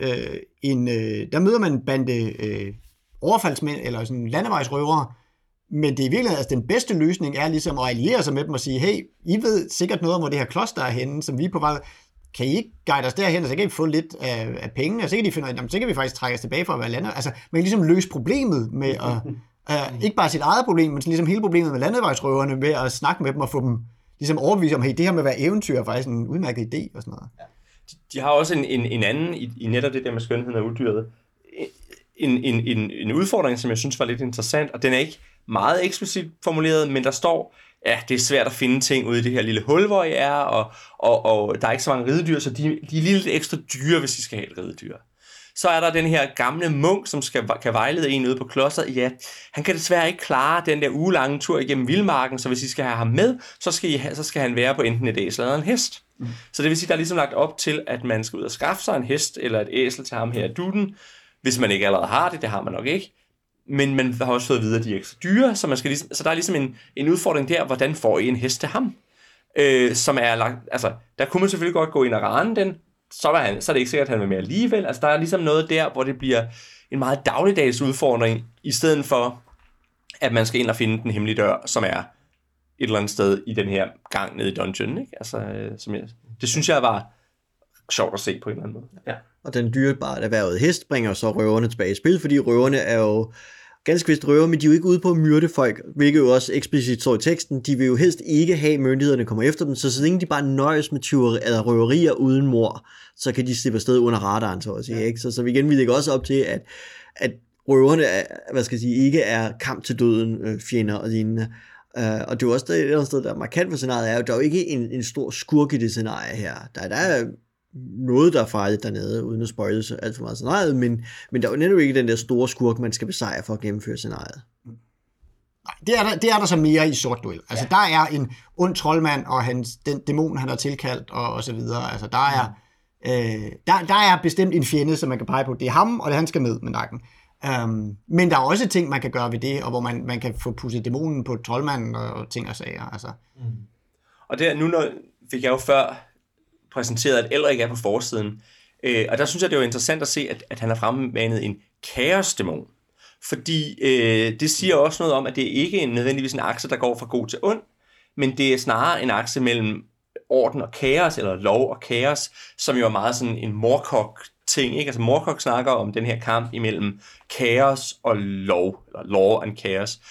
man en bande overfaldsmænd eller sådan landevejsrøvere, men det er i virkeligheden, altså den bedste løsning er ligesom at alliere sig med dem og sige, hey, I ved sikkert noget om, hvor det her kloster er henne, som vi er på vej. Kan I ikke guide os derhen, og så kan I få lidt af pengene, og så kan de finde ud af, så kan vi faktisk trække os tilbage for at være landet. Altså, man kan ligesom løse problemet med at, ikke bare sit eget problem, men ligesom hele problemet med landevejsrøverne, ved at snakke med dem og få dem ligesom overbevise om, hey, det her med at være eventyr er faktisk en udmærket idé og sådan noget. Ja. De har også en anden, i netop det der med skønheden af udyret, en udfordring, som jeg synes var lidt interessant, og den er ikke meget eksplicit formuleret, men der står, ja, det er svært at finde ting ude i det her lille hul, hvor I er, og der er ikke så mange ridedyr, så de er lige lidt ekstra dyre, hvis I skal have et ridedyr. Så er der den her gamle munk, som kan vejlede en ude på klosteret. Ja, han kan desværre ikke klare den der ugelange tur igennem vildmarken, så hvis I skal have ham med, så skal han være på enten et æsel eller en hest. Så det vil sige, der er ligesom lagt op til, at man skal ud og skaffe sig en hest eller et æsel til ham her i duden, hvis man ikke allerede har det har man nok ikke. Men man har også fået at vide, at de er ekstra dyre, så der er ligesom en udfordring der, hvordan får I en hest til ham? Som er lagt, altså, der kunne man selvfølgelig godt gå ind og rane den, så er det ikke sikkert, at han vil med alligevel. Altså, der er ligesom noget der, hvor det bliver en meget dagligdags udfordring, i stedet for, at man skal ind og finde den hemmelige dør, som er et eller andet sted i den her gang nede i dungeon, ikke? Altså, det synes jeg var sjovt at se på en eller anden måde. Ja. Og den dyrebart erhvervede hest bringer så røverne tilbage i spil, fordi røverne er jo ganske vist røver, men de er jo ikke ude på at myrde folk, hvilket jo også eksplicit står i teksten. De vil jo helst ikke have, at myndighederne kommer efter dem, så længe de bare nøjes med eller røverier uden mord, så kan de slippe afsted under radaren, så at sige, ikke? Så vi igen lægger også op til, at røverne ikke er kamp til døden fjender og lignende. Og det er jo også det et eller andet sted, der er markant for scenariet, er jo, der er jo ikke en stor skurk i det scenarie her. Der er noget, der er fejlet dernede, uden at spoile sig alt for meget scenariet, men der er jo netop ikke den der store skurk, man skal besejre for at gennemføre scenariet. Nej, det er der så mere i sort duel. Altså, der er en ond troldmand, og den dæmon, han har tilkaldt, og så videre. Altså, der er bestemt en fjende, som man kan pege på. Det er ham, og han skal med nakken. Men der er også ting, man kan gøre ved det, og hvor man kan få pudset dæmonen på troldmanden og ting og sager. Altså. Og nu fik jeg jo før præsenteret, at Elric er på forsiden. Og der synes jeg, det er jo interessant at se, at han har fremmanet en kaosdæmon. Fordi det siger også noget om, at det ikke er nødvendigvis en akse, der går fra god til ond, men det er snarere en akse mellem orden og kaos, eller lov og kaos, som jo er meget sådan en Moorcock-ting. Ikke? Altså Moorcock snakker om den her kamp imellem kaos og lov, eller law and chaos.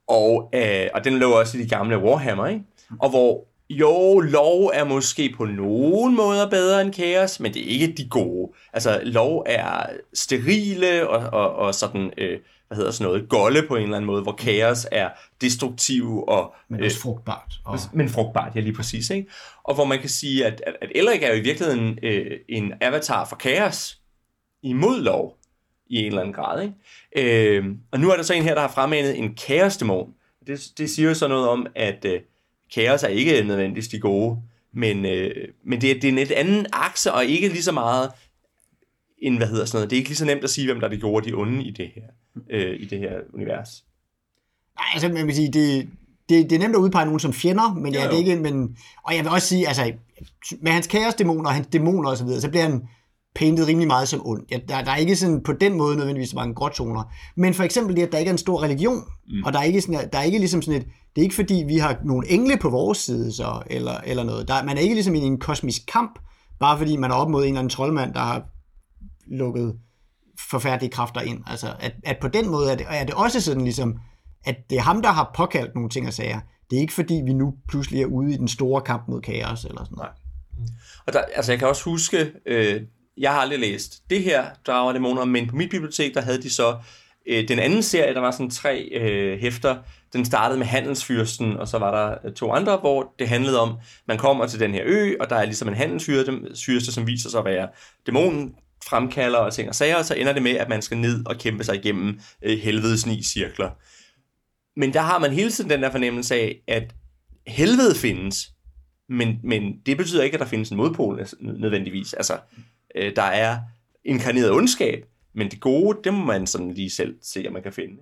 Og den lå også i de gamle Warhammer, ikke? Og hvor jo, lov er måske på nogen måder bedre end kaos, men det er ikke de gode. Altså, lov er sterile og sådan, golde på en eller anden måde, hvor kaos er destruktiv og... Men også frugtbart. Men frugtbart, ja, lige præcis, ikke? Og hvor man kan sige, at Elric er jo i virkeligheden en avatar for kaos imod lov i en eller anden grad, ikke? Og nu er der så en her, der har fremmanet en kaosdæmon. Det siger jo så noget om, at kaos er ikke nødvendigvis de gode, men det er en lidt anden akse, og ikke lige så meget en, det er ikke lige så nemt at sige, hvem der er de gode og de onde i det her univers. Nej, altså man vil sige, det er nemt at udpege nogen som fjender, men det er ikke, og jeg vil også sige, altså med hans kaosdæmoner og hans dæmoner og så videre, så bliver han painted rimelig meget som ondt. Ja, der er ikke sådan på den måde nødvendigvis så mange gråzoner. Men for eksempel det, at der ikke er en stor religion, og der er ikke ligesom sådan et, det er ikke fordi, vi har nogle engle på vores side, så, eller noget. Man er ikke ligesom i en kosmisk kamp, bare fordi man er op mod en eller anden troldmand, der har lukket forfærdelige kræfter ind. Altså, at på den måde er det også sådan ligesom, at det er ham, der har påkaldt nogle ting og sager. Det er ikke fordi, vi nu pludselig er ude i den store kamp mod kaos, eller sådan noget. Og der, altså jeg kan også huske, jeg har aldrig læst det her, Drager og Dæmoner, men på mit bibliotek, der havde de så den anden serie, der var sådan 3 hæfter. Den startede med Handelsfyrsten, og så var der 2 andre, hvor det handlede om, man kommer til den her ø, og der er ligesom en handelsfyrste, som viser sig at være dæmonen, fremkalder og ting og sager, og så ender det med, at man skal ned og kæmpe sig igennem helvedes 9 cirkler. Men der har man hele tiden den der fornemmelse af, at helvede findes, men det betyder ikke, at der findes en modpol nødvendigvis. Altså, der er inkarneret ondskab, men det gode, det må man sådan lige selv se, om man kan finde.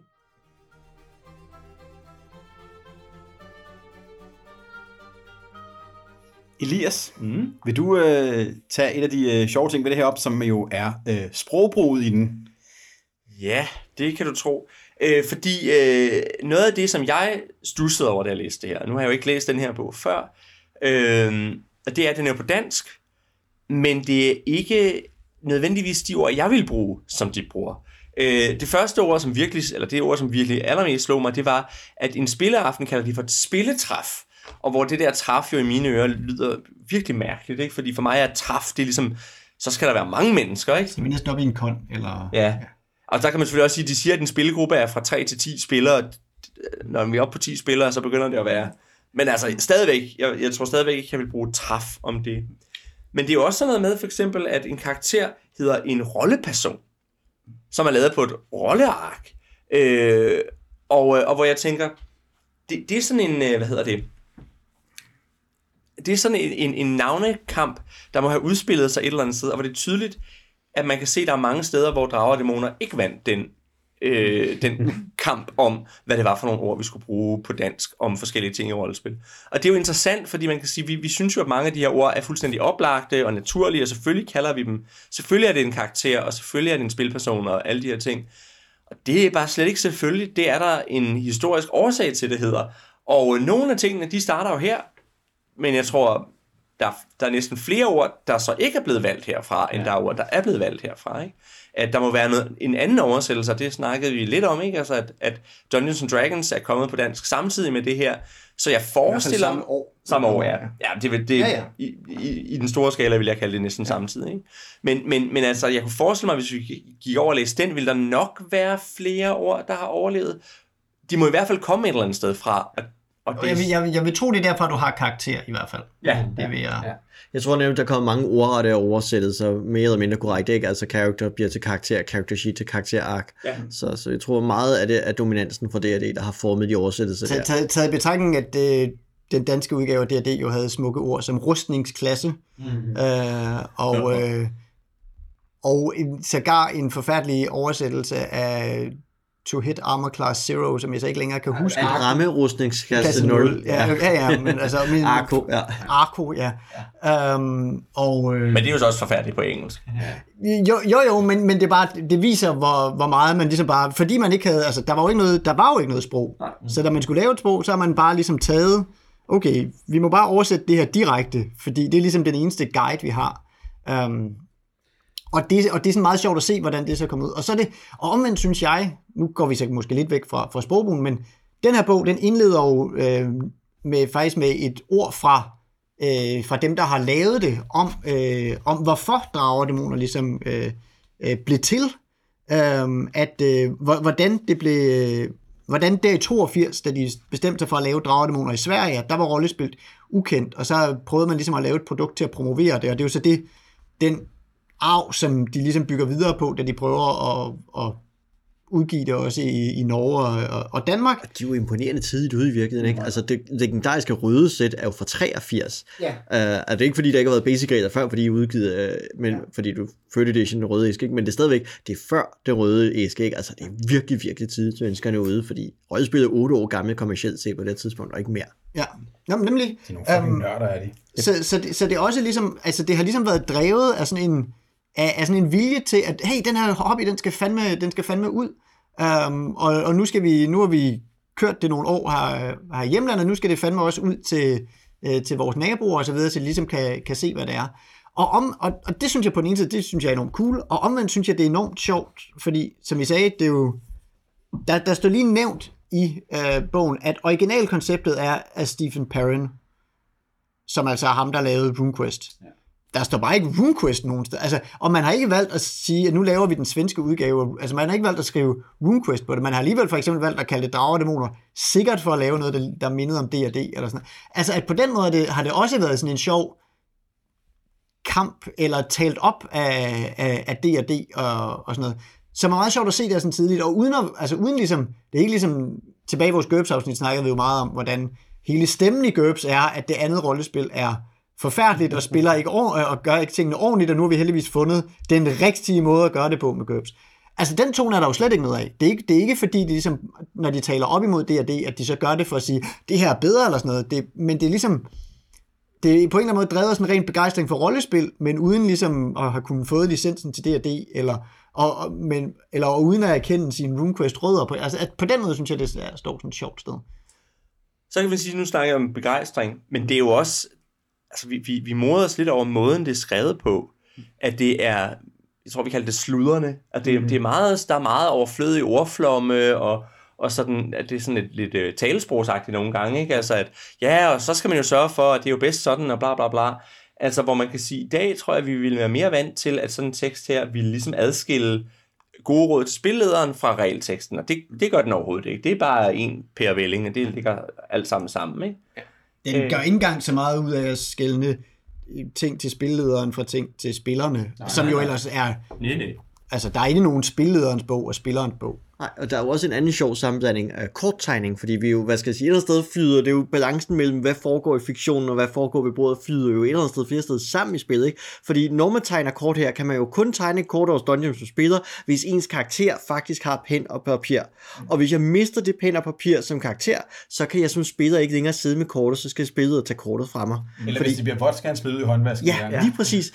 Elias, vil du tage et af de sjove ting ved det her op, som jo er sprogbruget i den? Ja, det kan du tro. Fordi noget af det, som jeg stussede over, da jeg læste det her, nu har jeg jo ikke læst den her bog før, og det er, at den er på dansk, men det er ikke nødvendigvis de ord, jeg vil bruge, som de bruger. Det første ord, som virkelig, eller det ord, som virkelig allermest slog mig, det var, at en spilleaften kalder de for et spilletræf, og hvor det der træf jo i mine ører lyder virkelig mærkeligt, ikke? Fordi for mig er træf, det er ligesom, så skal der være mange mennesker, ikke? Så vi næsten op i en kon, eller... Ja. Og der kan man selvfølgelig også sige, at de siger, at en spillegruppe er fra 3 til 10 spillere. Når vi er oppe på 10 spillere, så begynder det at være... Men altså, stadigvæk, jeg tror stadigvæk ikke, jeg vil bruge træf om det. Men det er jo også sådan noget med, for eksempel, at en karakter hedder en rolleperson, som er lavet på et rolleark. Og hvor jeg tænker, det er sådan en, det er sådan en navnekamp, der må have udspillet sig et eller andet sted, og hvor det er tydeligt, at man kan se, at der er mange steder, hvor Drager og Dæmoner ikke vandt den kamp om, hvad det var for nogle ord, vi skulle bruge på dansk om forskellige ting i rollespil. Og det er jo interessant, fordi man kan sige, vi synes jo, at mange af de her ord er fuldstændig oplagte og naturlige, og selvfølgelig kalder vi dem. Selvfølgelig er det en karakter, og selvfølgelig er det en spilperson og alle de her ting. Og det er bare slet ikke selvfølgelig. Det er der en historisk årsag til, det hedder. Og nogle af tingene, de starter jo her, men jeg tror, der er næsten flere ord, der så ikke er blevet valgt herfra, end der er ord, der er blevet valgt herfra. Ikke? At der må være en anden oversættelse, og det snakkede vi lidt om, ikke? Altså at Dungeons & Dragons er kommet på dansk samtidig med det her. Så jeg forestiller... Samme år, ja. I den store skala vil jeg kalde det næsten samtidig. Ikke? Men altså, jeg kunne forestille mig, hvis vi gik over og læste den, ville der nok være flere ord, der har overlevet. De må i hvert fald komme et eller andet sted fra, Jeg vil tro, det er derfor, du har karakter i hvert fald. Ja. Det vil jeg. Ja. Jeg tror nemlig, der kommer mange ordrette oversættelser, mere eller mindre korrekt, ikke? Altså character bliver til karakter, character sheet til karakterark. Ja. Så jeg tror meget af det er dominansen fra D&D, der har formet de oversættelser der. Taget i betragtning, at den danske udgave af D&D jo havde smukke ord som rustningsklasse, og sågar en forfærdelig oversættelse af To Hit Armor Class 0, som jeg så ikke længere kan huske. En rammerustningsklasse 0. Ja, men altså... Arco, ja. Men det er jo så også forfærdeligt på engelsk. Jo, men det er bare, det viser, hvor meget man ligesom bare... Fordi man ikke havde... Altså, der var jo ikke noget sprog. Så da man skulle lave et sprog, så har man bare ligesom taget... Okay, vi må bare oversætte det her direkte, fordi det er ligesom den eneste guide, vi har. Og det er sådan meget sjovt at se, hvordan det så kommer ud. Og så er det, og omvendt synes jeg, nu går vi så måske lidt væk fra sprogbogen, men den her bog, den indleder jo faktisk med et ord fra dem, der har lavet det, om hvorfor Drager og Dæmoner ligesom blev til, hvordan der i 82, da de bestemte sig for at lave Drager og Dæmoner i Sverige, der var rollespil ukendt, og så prøvede man ligesom at lave et produkt til at promovere det, og det er jo så den arv, som de ligesom bygger videre på, da de prøver at udgive det også i Norge og Danmark. De er jo imponerende tidligt ude i virkeligheden, ikke? Altså det legendariske røde sæt er jo fra 83. Ja. Er det ikke fordi, der ikke har været basic regler før, fordi de er udgivet, men fordi du third edition den røde æske, ikke? Men det er stadigvæk, det er før det røde æske, ikke? Altså det er virkelig, virkelig tidligt, at ønskerne er ude, fordi rollespillet er 8 år gammel kommercielt set på det tidspunkt, og ikke mere. Ja, jamen, nemlig. Det er nogle fucking nørder, er de. Så det er også ligesom, altså det har ligesom været drevet af sådan af sådan en vilje til, at hey, den her hobby, den skal fandme ud. Og nu har vi kørt det nogle år her i hjemlandet, nu skal det fandme også ud til vores naboer og så videre, så de ligesom kan se, hvad det er. Og det synes jeg på den ene side, det synes jeg er enormt cool, og omvendt synes jeg, det er enormt sjovt, fordi, som vi sagde, det er jo, der står lige nævnt i bogen, at originalkonceptet er af Stephen Perrin, som altså er ham, der lavede RuneQuest. Ja. Der står bare ikke RuneQuest nogen sted. Altså, og man har ikke valgt at sige, at nu laver vi den svenske udgave. Altså, man har ikke valgt at skrive RuneQuest på det. Man har alligevel for eksempel valgt at kalde det Drager og Dæmoner, sikkert for at lave noget, der mindede om D&D eller sådan noget. Altså, at på den måde har det også været sådan en sjov kamp, eller talt op af D&D og sådan noget. Så er meget sjovt at se det sådan tidligt, og uden ligesom, det er ikke ligesom, tilbage i vores GURPS-afsnit snakkede vi jo meget om, hvordan hele stemmen i GURPS er, at det andet rollespil er forfærdeligt, og spiller ikke og gør ikke tingene ordentligt, og nu har vi heldigvis fundet den rigtige måde at gøre det på med GURPS. Altså, den tone er der jo slet ikke noget af. Det er ikke fordi, de ligesom, når de taler op imod D&D, at de så gør det for at sige, det her er bedre eller sådan noget. Men det er ligesom, det er på en eller anden måde drevet af sådan en ren begejstring for rollespil, men uden ligesom at have kunnet fået licensen til D&D, eller uden at erkende sine RuneQuest rødder på. Altså, at på den måde synes jeg, det står sådan et sjovt sted. Så kan vi sige, at nu snakker jeg om begejstring, men det er jo også, altså vi moder os lidt over måden, det er skrevet på, at det er, jeg tror vi kalder det sludrende, at det er meget, der er meget overflødig ordflomme, og sådan, at det er sådan lidt talesprogsagtigt nogle gange, ikke? Altså at, ja, og så skal man jo sørge for, at det er jo bedst sådan, og bla bla bla. Altså, hvor man kan sige, i dag tror jeg, at vi ville være mere vant til, at sådan en tekst her ville ligesom adskille gode råd til spillederen fra regelteksten, og det gør den overhovedet ikke. Det er bare en Per Velling, og det ligger alt sammen, ikke? Ja. Den gør ikke engang så meget ud af at skelne ting til spillederen fra ting til spillerne, som jo ellers er... Nej. Altså, der er ikke nogen spillederens bog og spillerens bog. Nej, og der er jo også en anden sjov sammenblanding af korttegning, fordi vi jo, hvad skal jeg sige, et eller andet sted flyder, det er jo balancen mellem, hvad foregår i fiktionen, og hvad foregår ved bordet, flyder jo et eller andet sted flere steder sammen i spillet, ikke? Fordi når man tegner kort her, kan man jo kun tegne et kort over Dungeons som spiller, hvis ens karakter faktisk har pen og papir. Og hvis jeg mister det pen og papir som karakter, så kan jeg som spiller ikke længere sidde med kortet, så skal spillet tage kortet fra mig. Eller fordi, hvis det bliver vådt, skal han spille i håndvasken. Ja, lige præcis.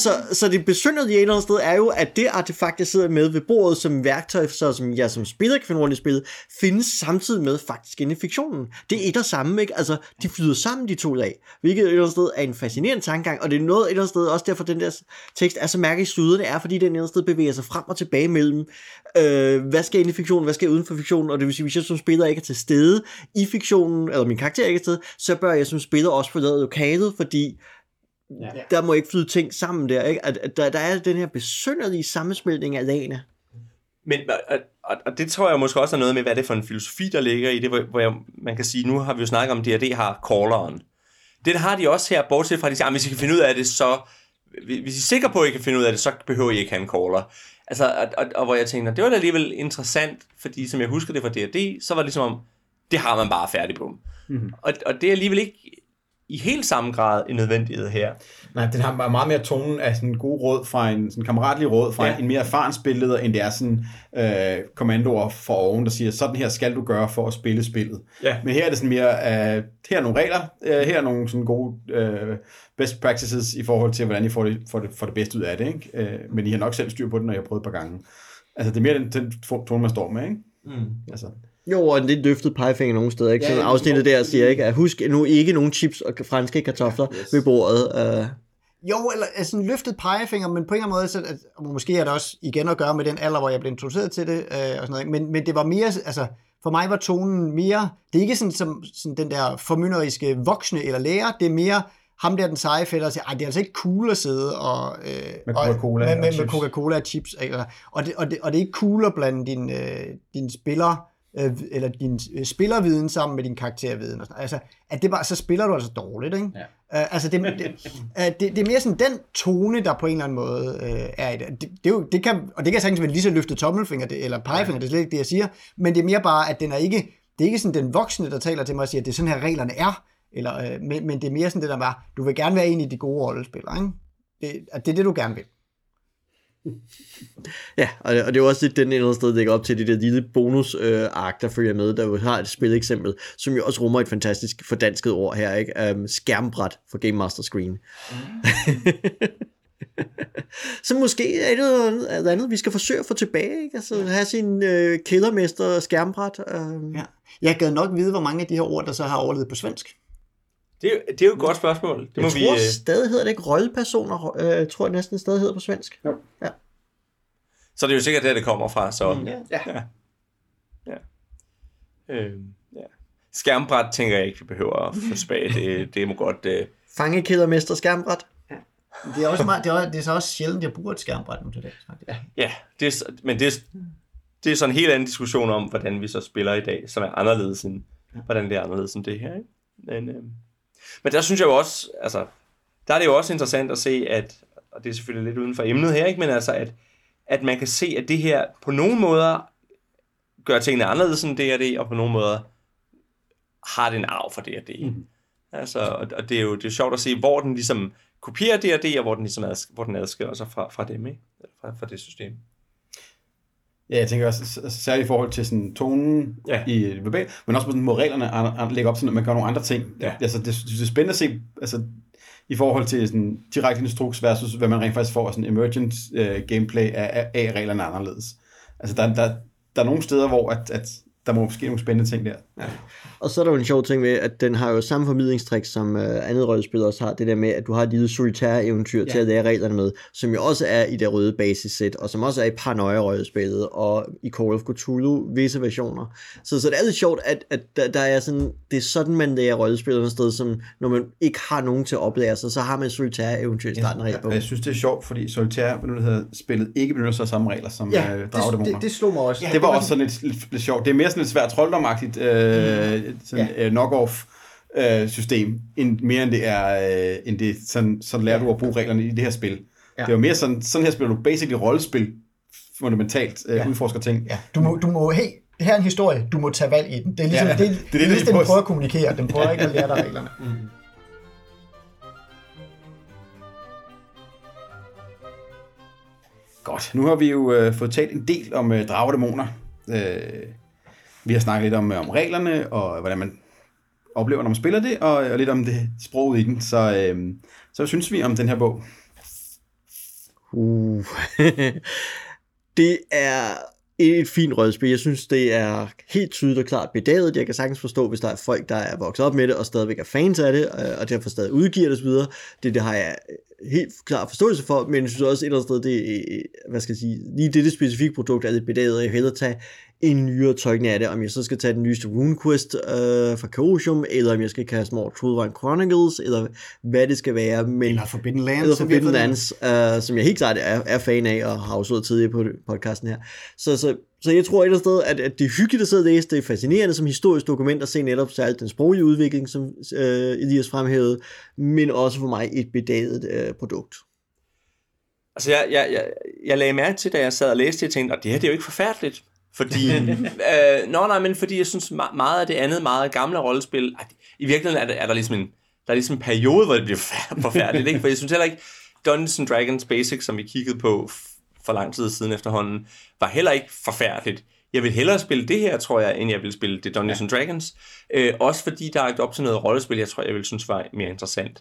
Så det besynderlige i et eller andet sted er jo, at det artefakt, jeg sidder med ved bordet som værktøj, så som jeg som spiller kan finde rundt i spillet, findes samtidig med faktisk inde i fiktionen. Det er et og samme, ikke? Altså, de flyder sammen, de to lag, hvilket et eller andet sted er en fascinerende tankegang, og det er noget et eller andet sted, også derfor den der tekst er så mærkelig i sluderne, er, fordi den et eller andet sted bevæger sig frem og tilbage mellem, hvad skal inde i fiktionen, hvad skal uden for fiktionen, og det vil sige, hvis jeg som spiller ikke er til stede i fiktionen, eller min karakter ikke er til stede, så bør jeg som spiller også forlade lokalet, fordi der må ikke flyde ting sammen der, ikke? At der er den her besynderlige sammensmeltning af lagene. Men, og det tror jeg måske også er noget med, hvad det er for en filosofi, der ligger i det, hvor man kan sige, nu har vi jo snakket om, D&D har calleren. Det har de også her, bortset fra, at de siger, hvis I kan finde ud af det, så... Hvis I er sikre på, at I kan finde ud af det, så behøver I ikke have en caller. Altså, og hvor jeg tænkte, det var da alligevel interessant, fordi som jeg husker det fra D&D, så var det ligesom om, det har man bare færdig på. Mm-hmm. Og det er alligevel ikke i helt samme grad en nødvendighed her. Nej, den har meget mere tonen af sådan gode råd fra en sådan kammeratlig råd fra en mere erfaren spilleder, end det er sådan kommandoer for oven, der siger, sådan her skal du gøre for at spille spillet. Ja. Men her er det sådan mere, her er nogle regler, her er nogle sådan gode best practices i forhold til, hvordan I får det bedste ud af det, ikke? Men I har nok selv styr på det, når jeg har prøvet et par gange. Altså, det er mere den tone, man står med, ikke? Altså. Jo, og det løftede pegefinger nogle steder, ikke? Sådan afsnittet der siger, ikke? At husk nu ikke nogen chips og franske kartofler ved bordet. Jo, eller altså en løftet pegefinger, men på en eller anden måde, så, og måske er det også igen at gøre med den alder, hvor jeg blev introduceret til det, og sådan noget, men det var mere, altså for mig var tonen mere, det er ikke sådan den der formynderiske voksne eller lærer, det er mere ham der den seje fælder og siger, det er altså ikke cool at sidde og med Coca-Cola med Coca-Cola og chips, og det er ikke cool at blande din spiller eller din spillerviden sammen med din karakterviden. Og sådan. Altså, at det bare, så spiller du altså dårligt, ikke? Ja. Altså, det er mere sådan den tone, der på en eller anden måde er i det. Det kan sagtens være lige så løftet tommelfinger eller pegefinger, det er slet ikke det, jeg siger, men det er mere bare, at det er ikke sådan den voksne, der taler til mig og siger, at det er sådan her reglerne er, eller, men det er mere sådan det, der var, du vil gerne være en af de gode rollespillere, ikke? Det er det, du gerne vil. Ja, og det er jo også det, den et eller andet sted lægger op til det der lille bonus-ark, der følger med, der jo har et spileksempel, som jo også rummer et fantastisk fordansket ord her, ikke? Skærmbræt for Game Master Screen. Så måske er det noget andet, vi skal forsøge at få tilbage, ikke? Altså have sin kældermester skærmbræt. Ja. Jeg gad nok vide, hvor mange af de her ord, der så har overlevet på svensk. Det er jo et godt spørgsmål. Det jeg tror stadig hedder det ikke rollepersoner, tror jeg næsten stadig hedder på svensk. Jo. Ja. Så det er jo sikkert der, det kommer fra. Så. Ja. Skærmbræt tænker jeg ikke, vi behøver at få tilbage. Det må godt... Fangekædermester skærmbræt. Det er også meget, det er så også sjældent, jeg bruger et skærmbræt nu til det. Ja, men det er sådan en helt anden diskussion om, hvordan vi så spiller i dag, som er anderledes end, hvordan det er anderledes end det her. Ikke? Men der synes jeg jo også, altså, der er det jo også interessant at se, at, og det er selvfølgelig lidt uden for emnet her, ikke? Men altså, at man kan se, at det her på nogle måder gør tingene anderledes end D&D, og på nogle måder har det en arv for D&D. Mm-hmm. Altså, og det er jo sjovt at se, hvor den ligesom kopierer D&D, og hvor den adskiller sig fra dem, ikke? Fra det system. Ja, jeg tænker også, særligt i forhold til sådan tonen i verbal, men også på sådan, hvor reglerne lægger op sådan, at man gør nogle andre ting. Ja. Altså, det er spændende at se, altså, i forhold til sådan, direkte instruks versus, hvad man rent faktisk får, sådan emergent gameplay af reglerne anderledes. Altså, der er nogle steder, hvor at der må ske nogle spændende ting der. Ja. Og så er der jo en sjov ting ved, at den har jo samme formidlingstrik, som andet rollespil også har, det der med, at du har et lille solitære eventyr til at lære reglerne med, som jo også er i det røde basissæt, og som også er i Paranoia-rollespillet, og i Call of Cthulhu, visse versioner. Så det er lidt sjovt, at der er sådan, det er sådan, man lærer rollespil et sted, som når man ikke har nogen til at oplære sig, så har man solitære eventyr i starten af regelbogen. Jeg synes, det er sjovt, fordi solitære spillet ikke benytter sig af samme regler som Dragedæmoner. Det slog mig også. Ja, det var også sådan lidt sjovt. Det er mere sådan et svært trolddomagtigt knock-off system, mere end det er, end det sådan lærer du at bruge reglerne i det her spil. Ja. Det er jo mere sådan her spiller du basically rollespil, fundamentalt udforsker ting. Ja. Du må her er en historie, du må tage valg i den. Det er ligesom det den prøver at kommunikere, den prøver ikke at lære dig reglerne. Godt, nu har vi jo fået talt en del om Dragedæmoner. Vi har snakket lidt om reglerne, og hvordan man oplever, når man spiller det, og lidt om det sprog i den. Så hvad synes vi om den her bog? Det er et fint rollespil. Jeg synes, det er helt tydeligt og klart bedaget. Jeg kan sagtens forstå, hvis der er folk, der er vokset op med det, og stadigvæk er fans af det, og derfor stadig udgiver det osv. Det har jeg helt klar forståelse for, men jeg synes også et eller andet sted, det hvad skal jeg sige, lige det specifikke produkt er lidt bedaget, og jeg hellere tage en nyere tolkning af det, om jeg så skal tage den nyeste RuneQuest fra Chaosium, eller om jeg skal kaste mig over Truthvine Chronicles, eller hvad det skal være. Men, eller Forbidden Lands. Eller Forbidden Lands, som jeg helt klart er fan af, og har også været tidligere på podcasten her. Så jeg tror et eller andet sted, at det er hyggeligt at sidde og læse, det er fascinerende som historisk dokument at se netop særligt den sproglige udvikling, som Elias fremhævede, men også for mig et bedaget produkt. Altså jeg lagde mærke til, da jeg sad og læste det, jeg tænkte, det her det er jo ikke forfærdeligt. Fordi, men fordi jeg synes meget af det andet, meget gamle rollespil, i virkeligheden er der ligesom en periode, hvor det bliver forfærdeligt, ikke? For jeg synes heller ikke, Dungeons & Dragons Basic, som vi kiggede på for lang tid siden efterhånden, var heller ikke forfærdeligt. Jeg vil hellere spille det her, tror jeg, end jeg vil spille det Dungeons & Dragons. Også fordi der er lagt op til noget rollespil, jeg tror, jeg vil synes var mere interessant.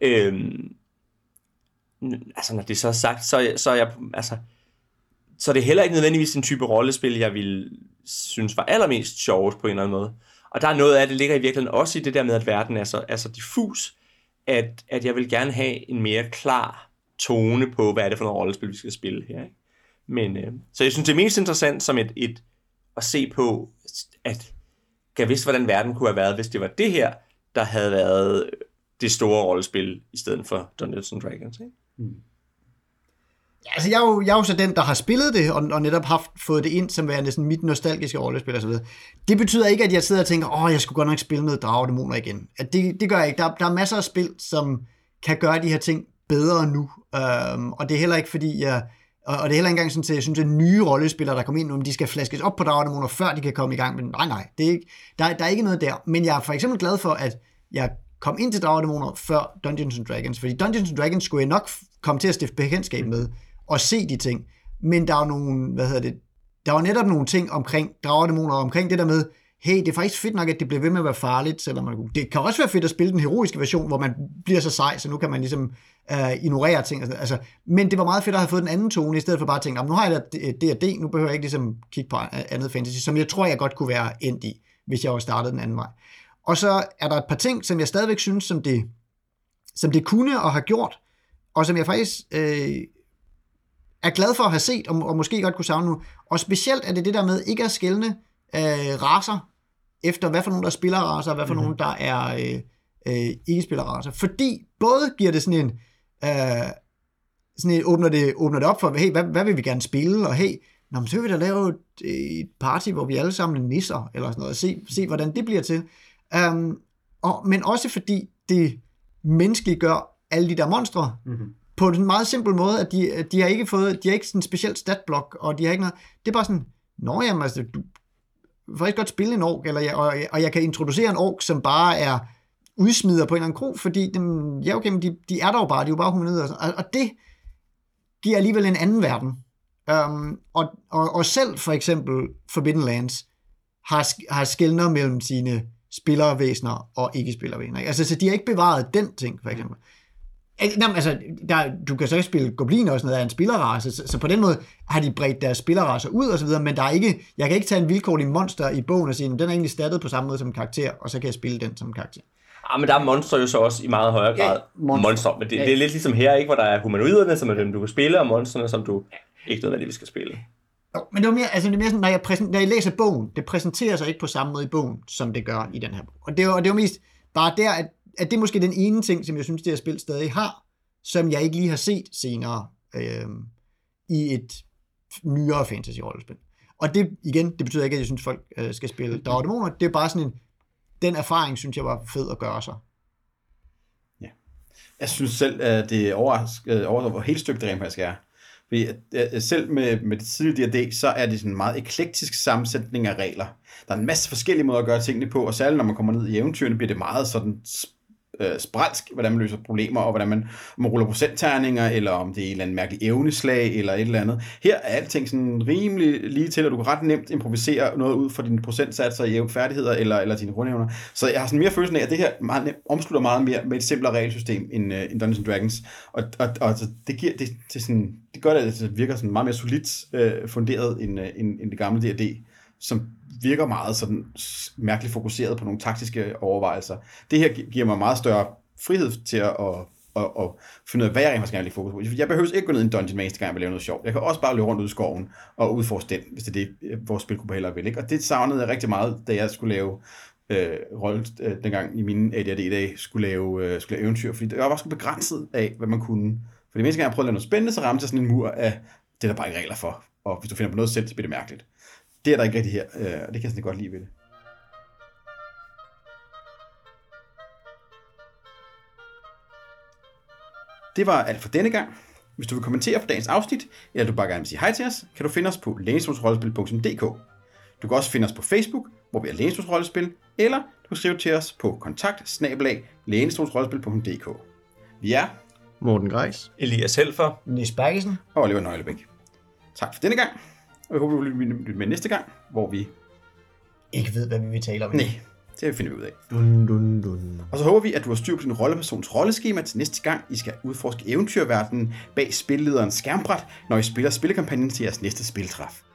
Altså, når det så er sagt, så er jeg, altså, så er det heller ikke nødvendigvis en type rollespil, jeg vil synes var allermest sjovt på en eller anden måde. Og der er noget af det, ligger i virkeligheden også i det der med, at verden er så diffus, at jeg vil gerne have en mere klar tone på, hvad er det for noget rollespil, vi skal spille her. Ikke? Men, så jeg synes, det er mest interessant som et at se på, at jeg vidste, hvordan verden kunne have været, hvis det var det her, der havde været det store rollespil, i stedet for Dungeons & Dragons. Ikke? Mm. Ja, altså jeg er jo så den, der har spillet det, og netop fået det ind som værende sådan mit nostalgiske rollespil og så videre. Det betyder ikke, at jeg sidder og tænker, jeg skulle godt nok spille noget Dragedæmoner igen. At det gør jeg ikke. Der er masser af spil, som kan gøre de her ting bedre nu. Og det er heller ikke, fordi og det er heller ikke engang sådan, at jeg synes, at nye rollespillere, der kommer ind nu, de skal flaskes op på Dragedæmoner, før de kan komme i gang. Men nej, det er ikke, der er ikke noget der. Men jeg er for eksempel glad for, at jeg kom ind til Dragedæmoner før Dungeons & Dragons. Fordi Dungeons & Dragons skulle jeg nok komme til at stifte bekendtskab med og se de ting. Men der er jo nogle, der er jo netop nogle ting omkring Dragedæmoner, omkring det der med, hey, det er faktisk fedt nok, at det bliver ved med at være farligt, selvom det kan også være fedt at spille den heroiske version, hvor man bliver så sej, så nu kan man ligesom ignorere ting. Altså, men det var meget fedt at have fået den anden tone, i stedet for bare at tænke, nu har jeg D&D, nu behøver jeg ikke ligesom kigge på andet fantasy, som jeg tror, jeg godt kunne være endt i, hvis jeg var startet den anden vej. Og så er der et par ting, som jeg stadigvæk synes, som det kunne og har gjort, og som jeg faktisk er glad for at have set, og måske godt kunne savne nu. Og specielt er det der med ikke at skelne racer, efter hvad for nogen, der spiller racer, og hvad for nogen, der er ikke spiller racer. Fordi både giver det sådan en åbner det op for, hey, hvad vil vi gerne spille, og hey, så vil vi da lave et party, hvor vi alle sammen er nisser, eller sådan noget, og se hvordan det bliver til. Men også fordi det menneskeligt gør alle de der monstre, på en meget simpel måde, at de har ikke sådan en speciel statblok, og de har ikke noget, det er bare sådan, jamen altså, du får ikke godt spille en ork, og jeg kan introducere en ork, som bare er udsmider på en eller anden kro, fordi men de er der jo bare, de er jo bare humanoider, og det giver alligevel en anden verden. Og selv for eksempel Forbidden Lands har skelner mellem sine spillervæsener og ikke-spillervæsener. Altså, så de har ikke bevaret den ting, for eksempel. Du kan så ikke spille gobliner og sådan noget af en spillerrace, så på den måde har de bredt deres spillerracer ud og så videre, men der er ikke, jeg kan ikke tage en vilkårlig monster i bogen og sige, den er egentlig stattet på samme måde som en karakter, og så kan jeg spille den som en karakter. Men der er monster jo så også i meget højere grad monster. Men det er lidt ligesom her, ikke, hvor der er humanoiderne, som er dem, du kan spille, og monsterne, som du ikke nødvendigvis skal spille. Jo, men det er mere sådan, når jeg læser bogen, det præsenterer sig ikke på samme måde i bogen, som det gør i den her bog. Og det er jo mest bare der, at det er måske den ene ting, som jeg synes, det her spil stadig har, som jeg ikke lige har set senere i et nyere fantasy-rollespil. Og det, igen, det betyder ikke, at jeg synes, folk skal spille Drager og Dæmoner. Det er bare sådan den erfaring, synes jeg var fed at gøre sig. Ja. Jeg synes selv, at det overrasker, hvor helt stykke det rent faktisk er. Selv med det tidlige D&D, så er det sådan en meget eklektisk sammensætning af regler. Der er en masse forskellige måder at gøre tingene på, og særligt når man kommer ned i eventyrene, bliver det meget sådan sprælsk, hvordan man løser problemer, og hvordan man ruller procentterninger, eller om det er en eller anden mærkelig evneslag, eller et eller andet. Her er alting sådan rimelig lige til, at du kan ret nemt improvisere noget ud fra dine procentsatser i færdigheder, eller dine grundevner. Så jeg har sådan mere følelsen af, at det her meget nemt omslutter meget mere med et simplere regelsystem end Dungeons & Dragons. Og det gør det, at det virker sådan meget mere solidt funderet end det gamle D&D, som virker meget sådan mærkeligt fokuseret på nogle taktiske overvejelser. Det her giver mig meget større frihed til at finde ud af, hvad jeg rent gerne vil fokus på. Jeg behøver ikke gå ned i en dungeon hver eneste gang, jeg vil lave noget sjovt. Jeg kan også bare løbe rundt ud i skoven og udforske den, hvis det er det, vores spilgruppe heller vil. Ikke? Og det savnede jeg rigtig meget, da jeg skulle lave dengang i mine AD&D-dage skulle lave eventyr, fordi jeg var så begrænset af, hvad man kunne. For det mindste gang, jeg prøvede at lave noget spændende, så ramte jeg sådan en mur af det, der bare ikke regler for. Og hvis du finder på noget selv, så bliver det mærkeligt. Det er der ikke rigtig her, og det kan jeg sådan godt lide ved det. Det var alt for denne gang. Hvis du vil kommentere på dagens afsnit, eller du bare gerne vil sige hej til os, kan du finde os på lænestolsrollespil.dk. Du kan også finde os på Facebook, hvor vi er Lænestolsrollespil, eller du kan skrive til os på kontakt@lænestolsrollespil.dk. Vi er Morten Greis, Elias Helfer, Nis Bergesen og Oliver Nøglebæk. Tak for denne gang, og jeg håber, du vil lytte med næste gang, hvor vi ikke ved, hvad vi vil tale om. Nej, det finder vi ud af. Dun. Og så håber vi, at du har styr på din rollepersons rolleskema til næste gang, I skal udforske eventyrverdenen bag spillederens skærmbræt, når I spiller spillekampagnen til jeres næste spiltræf.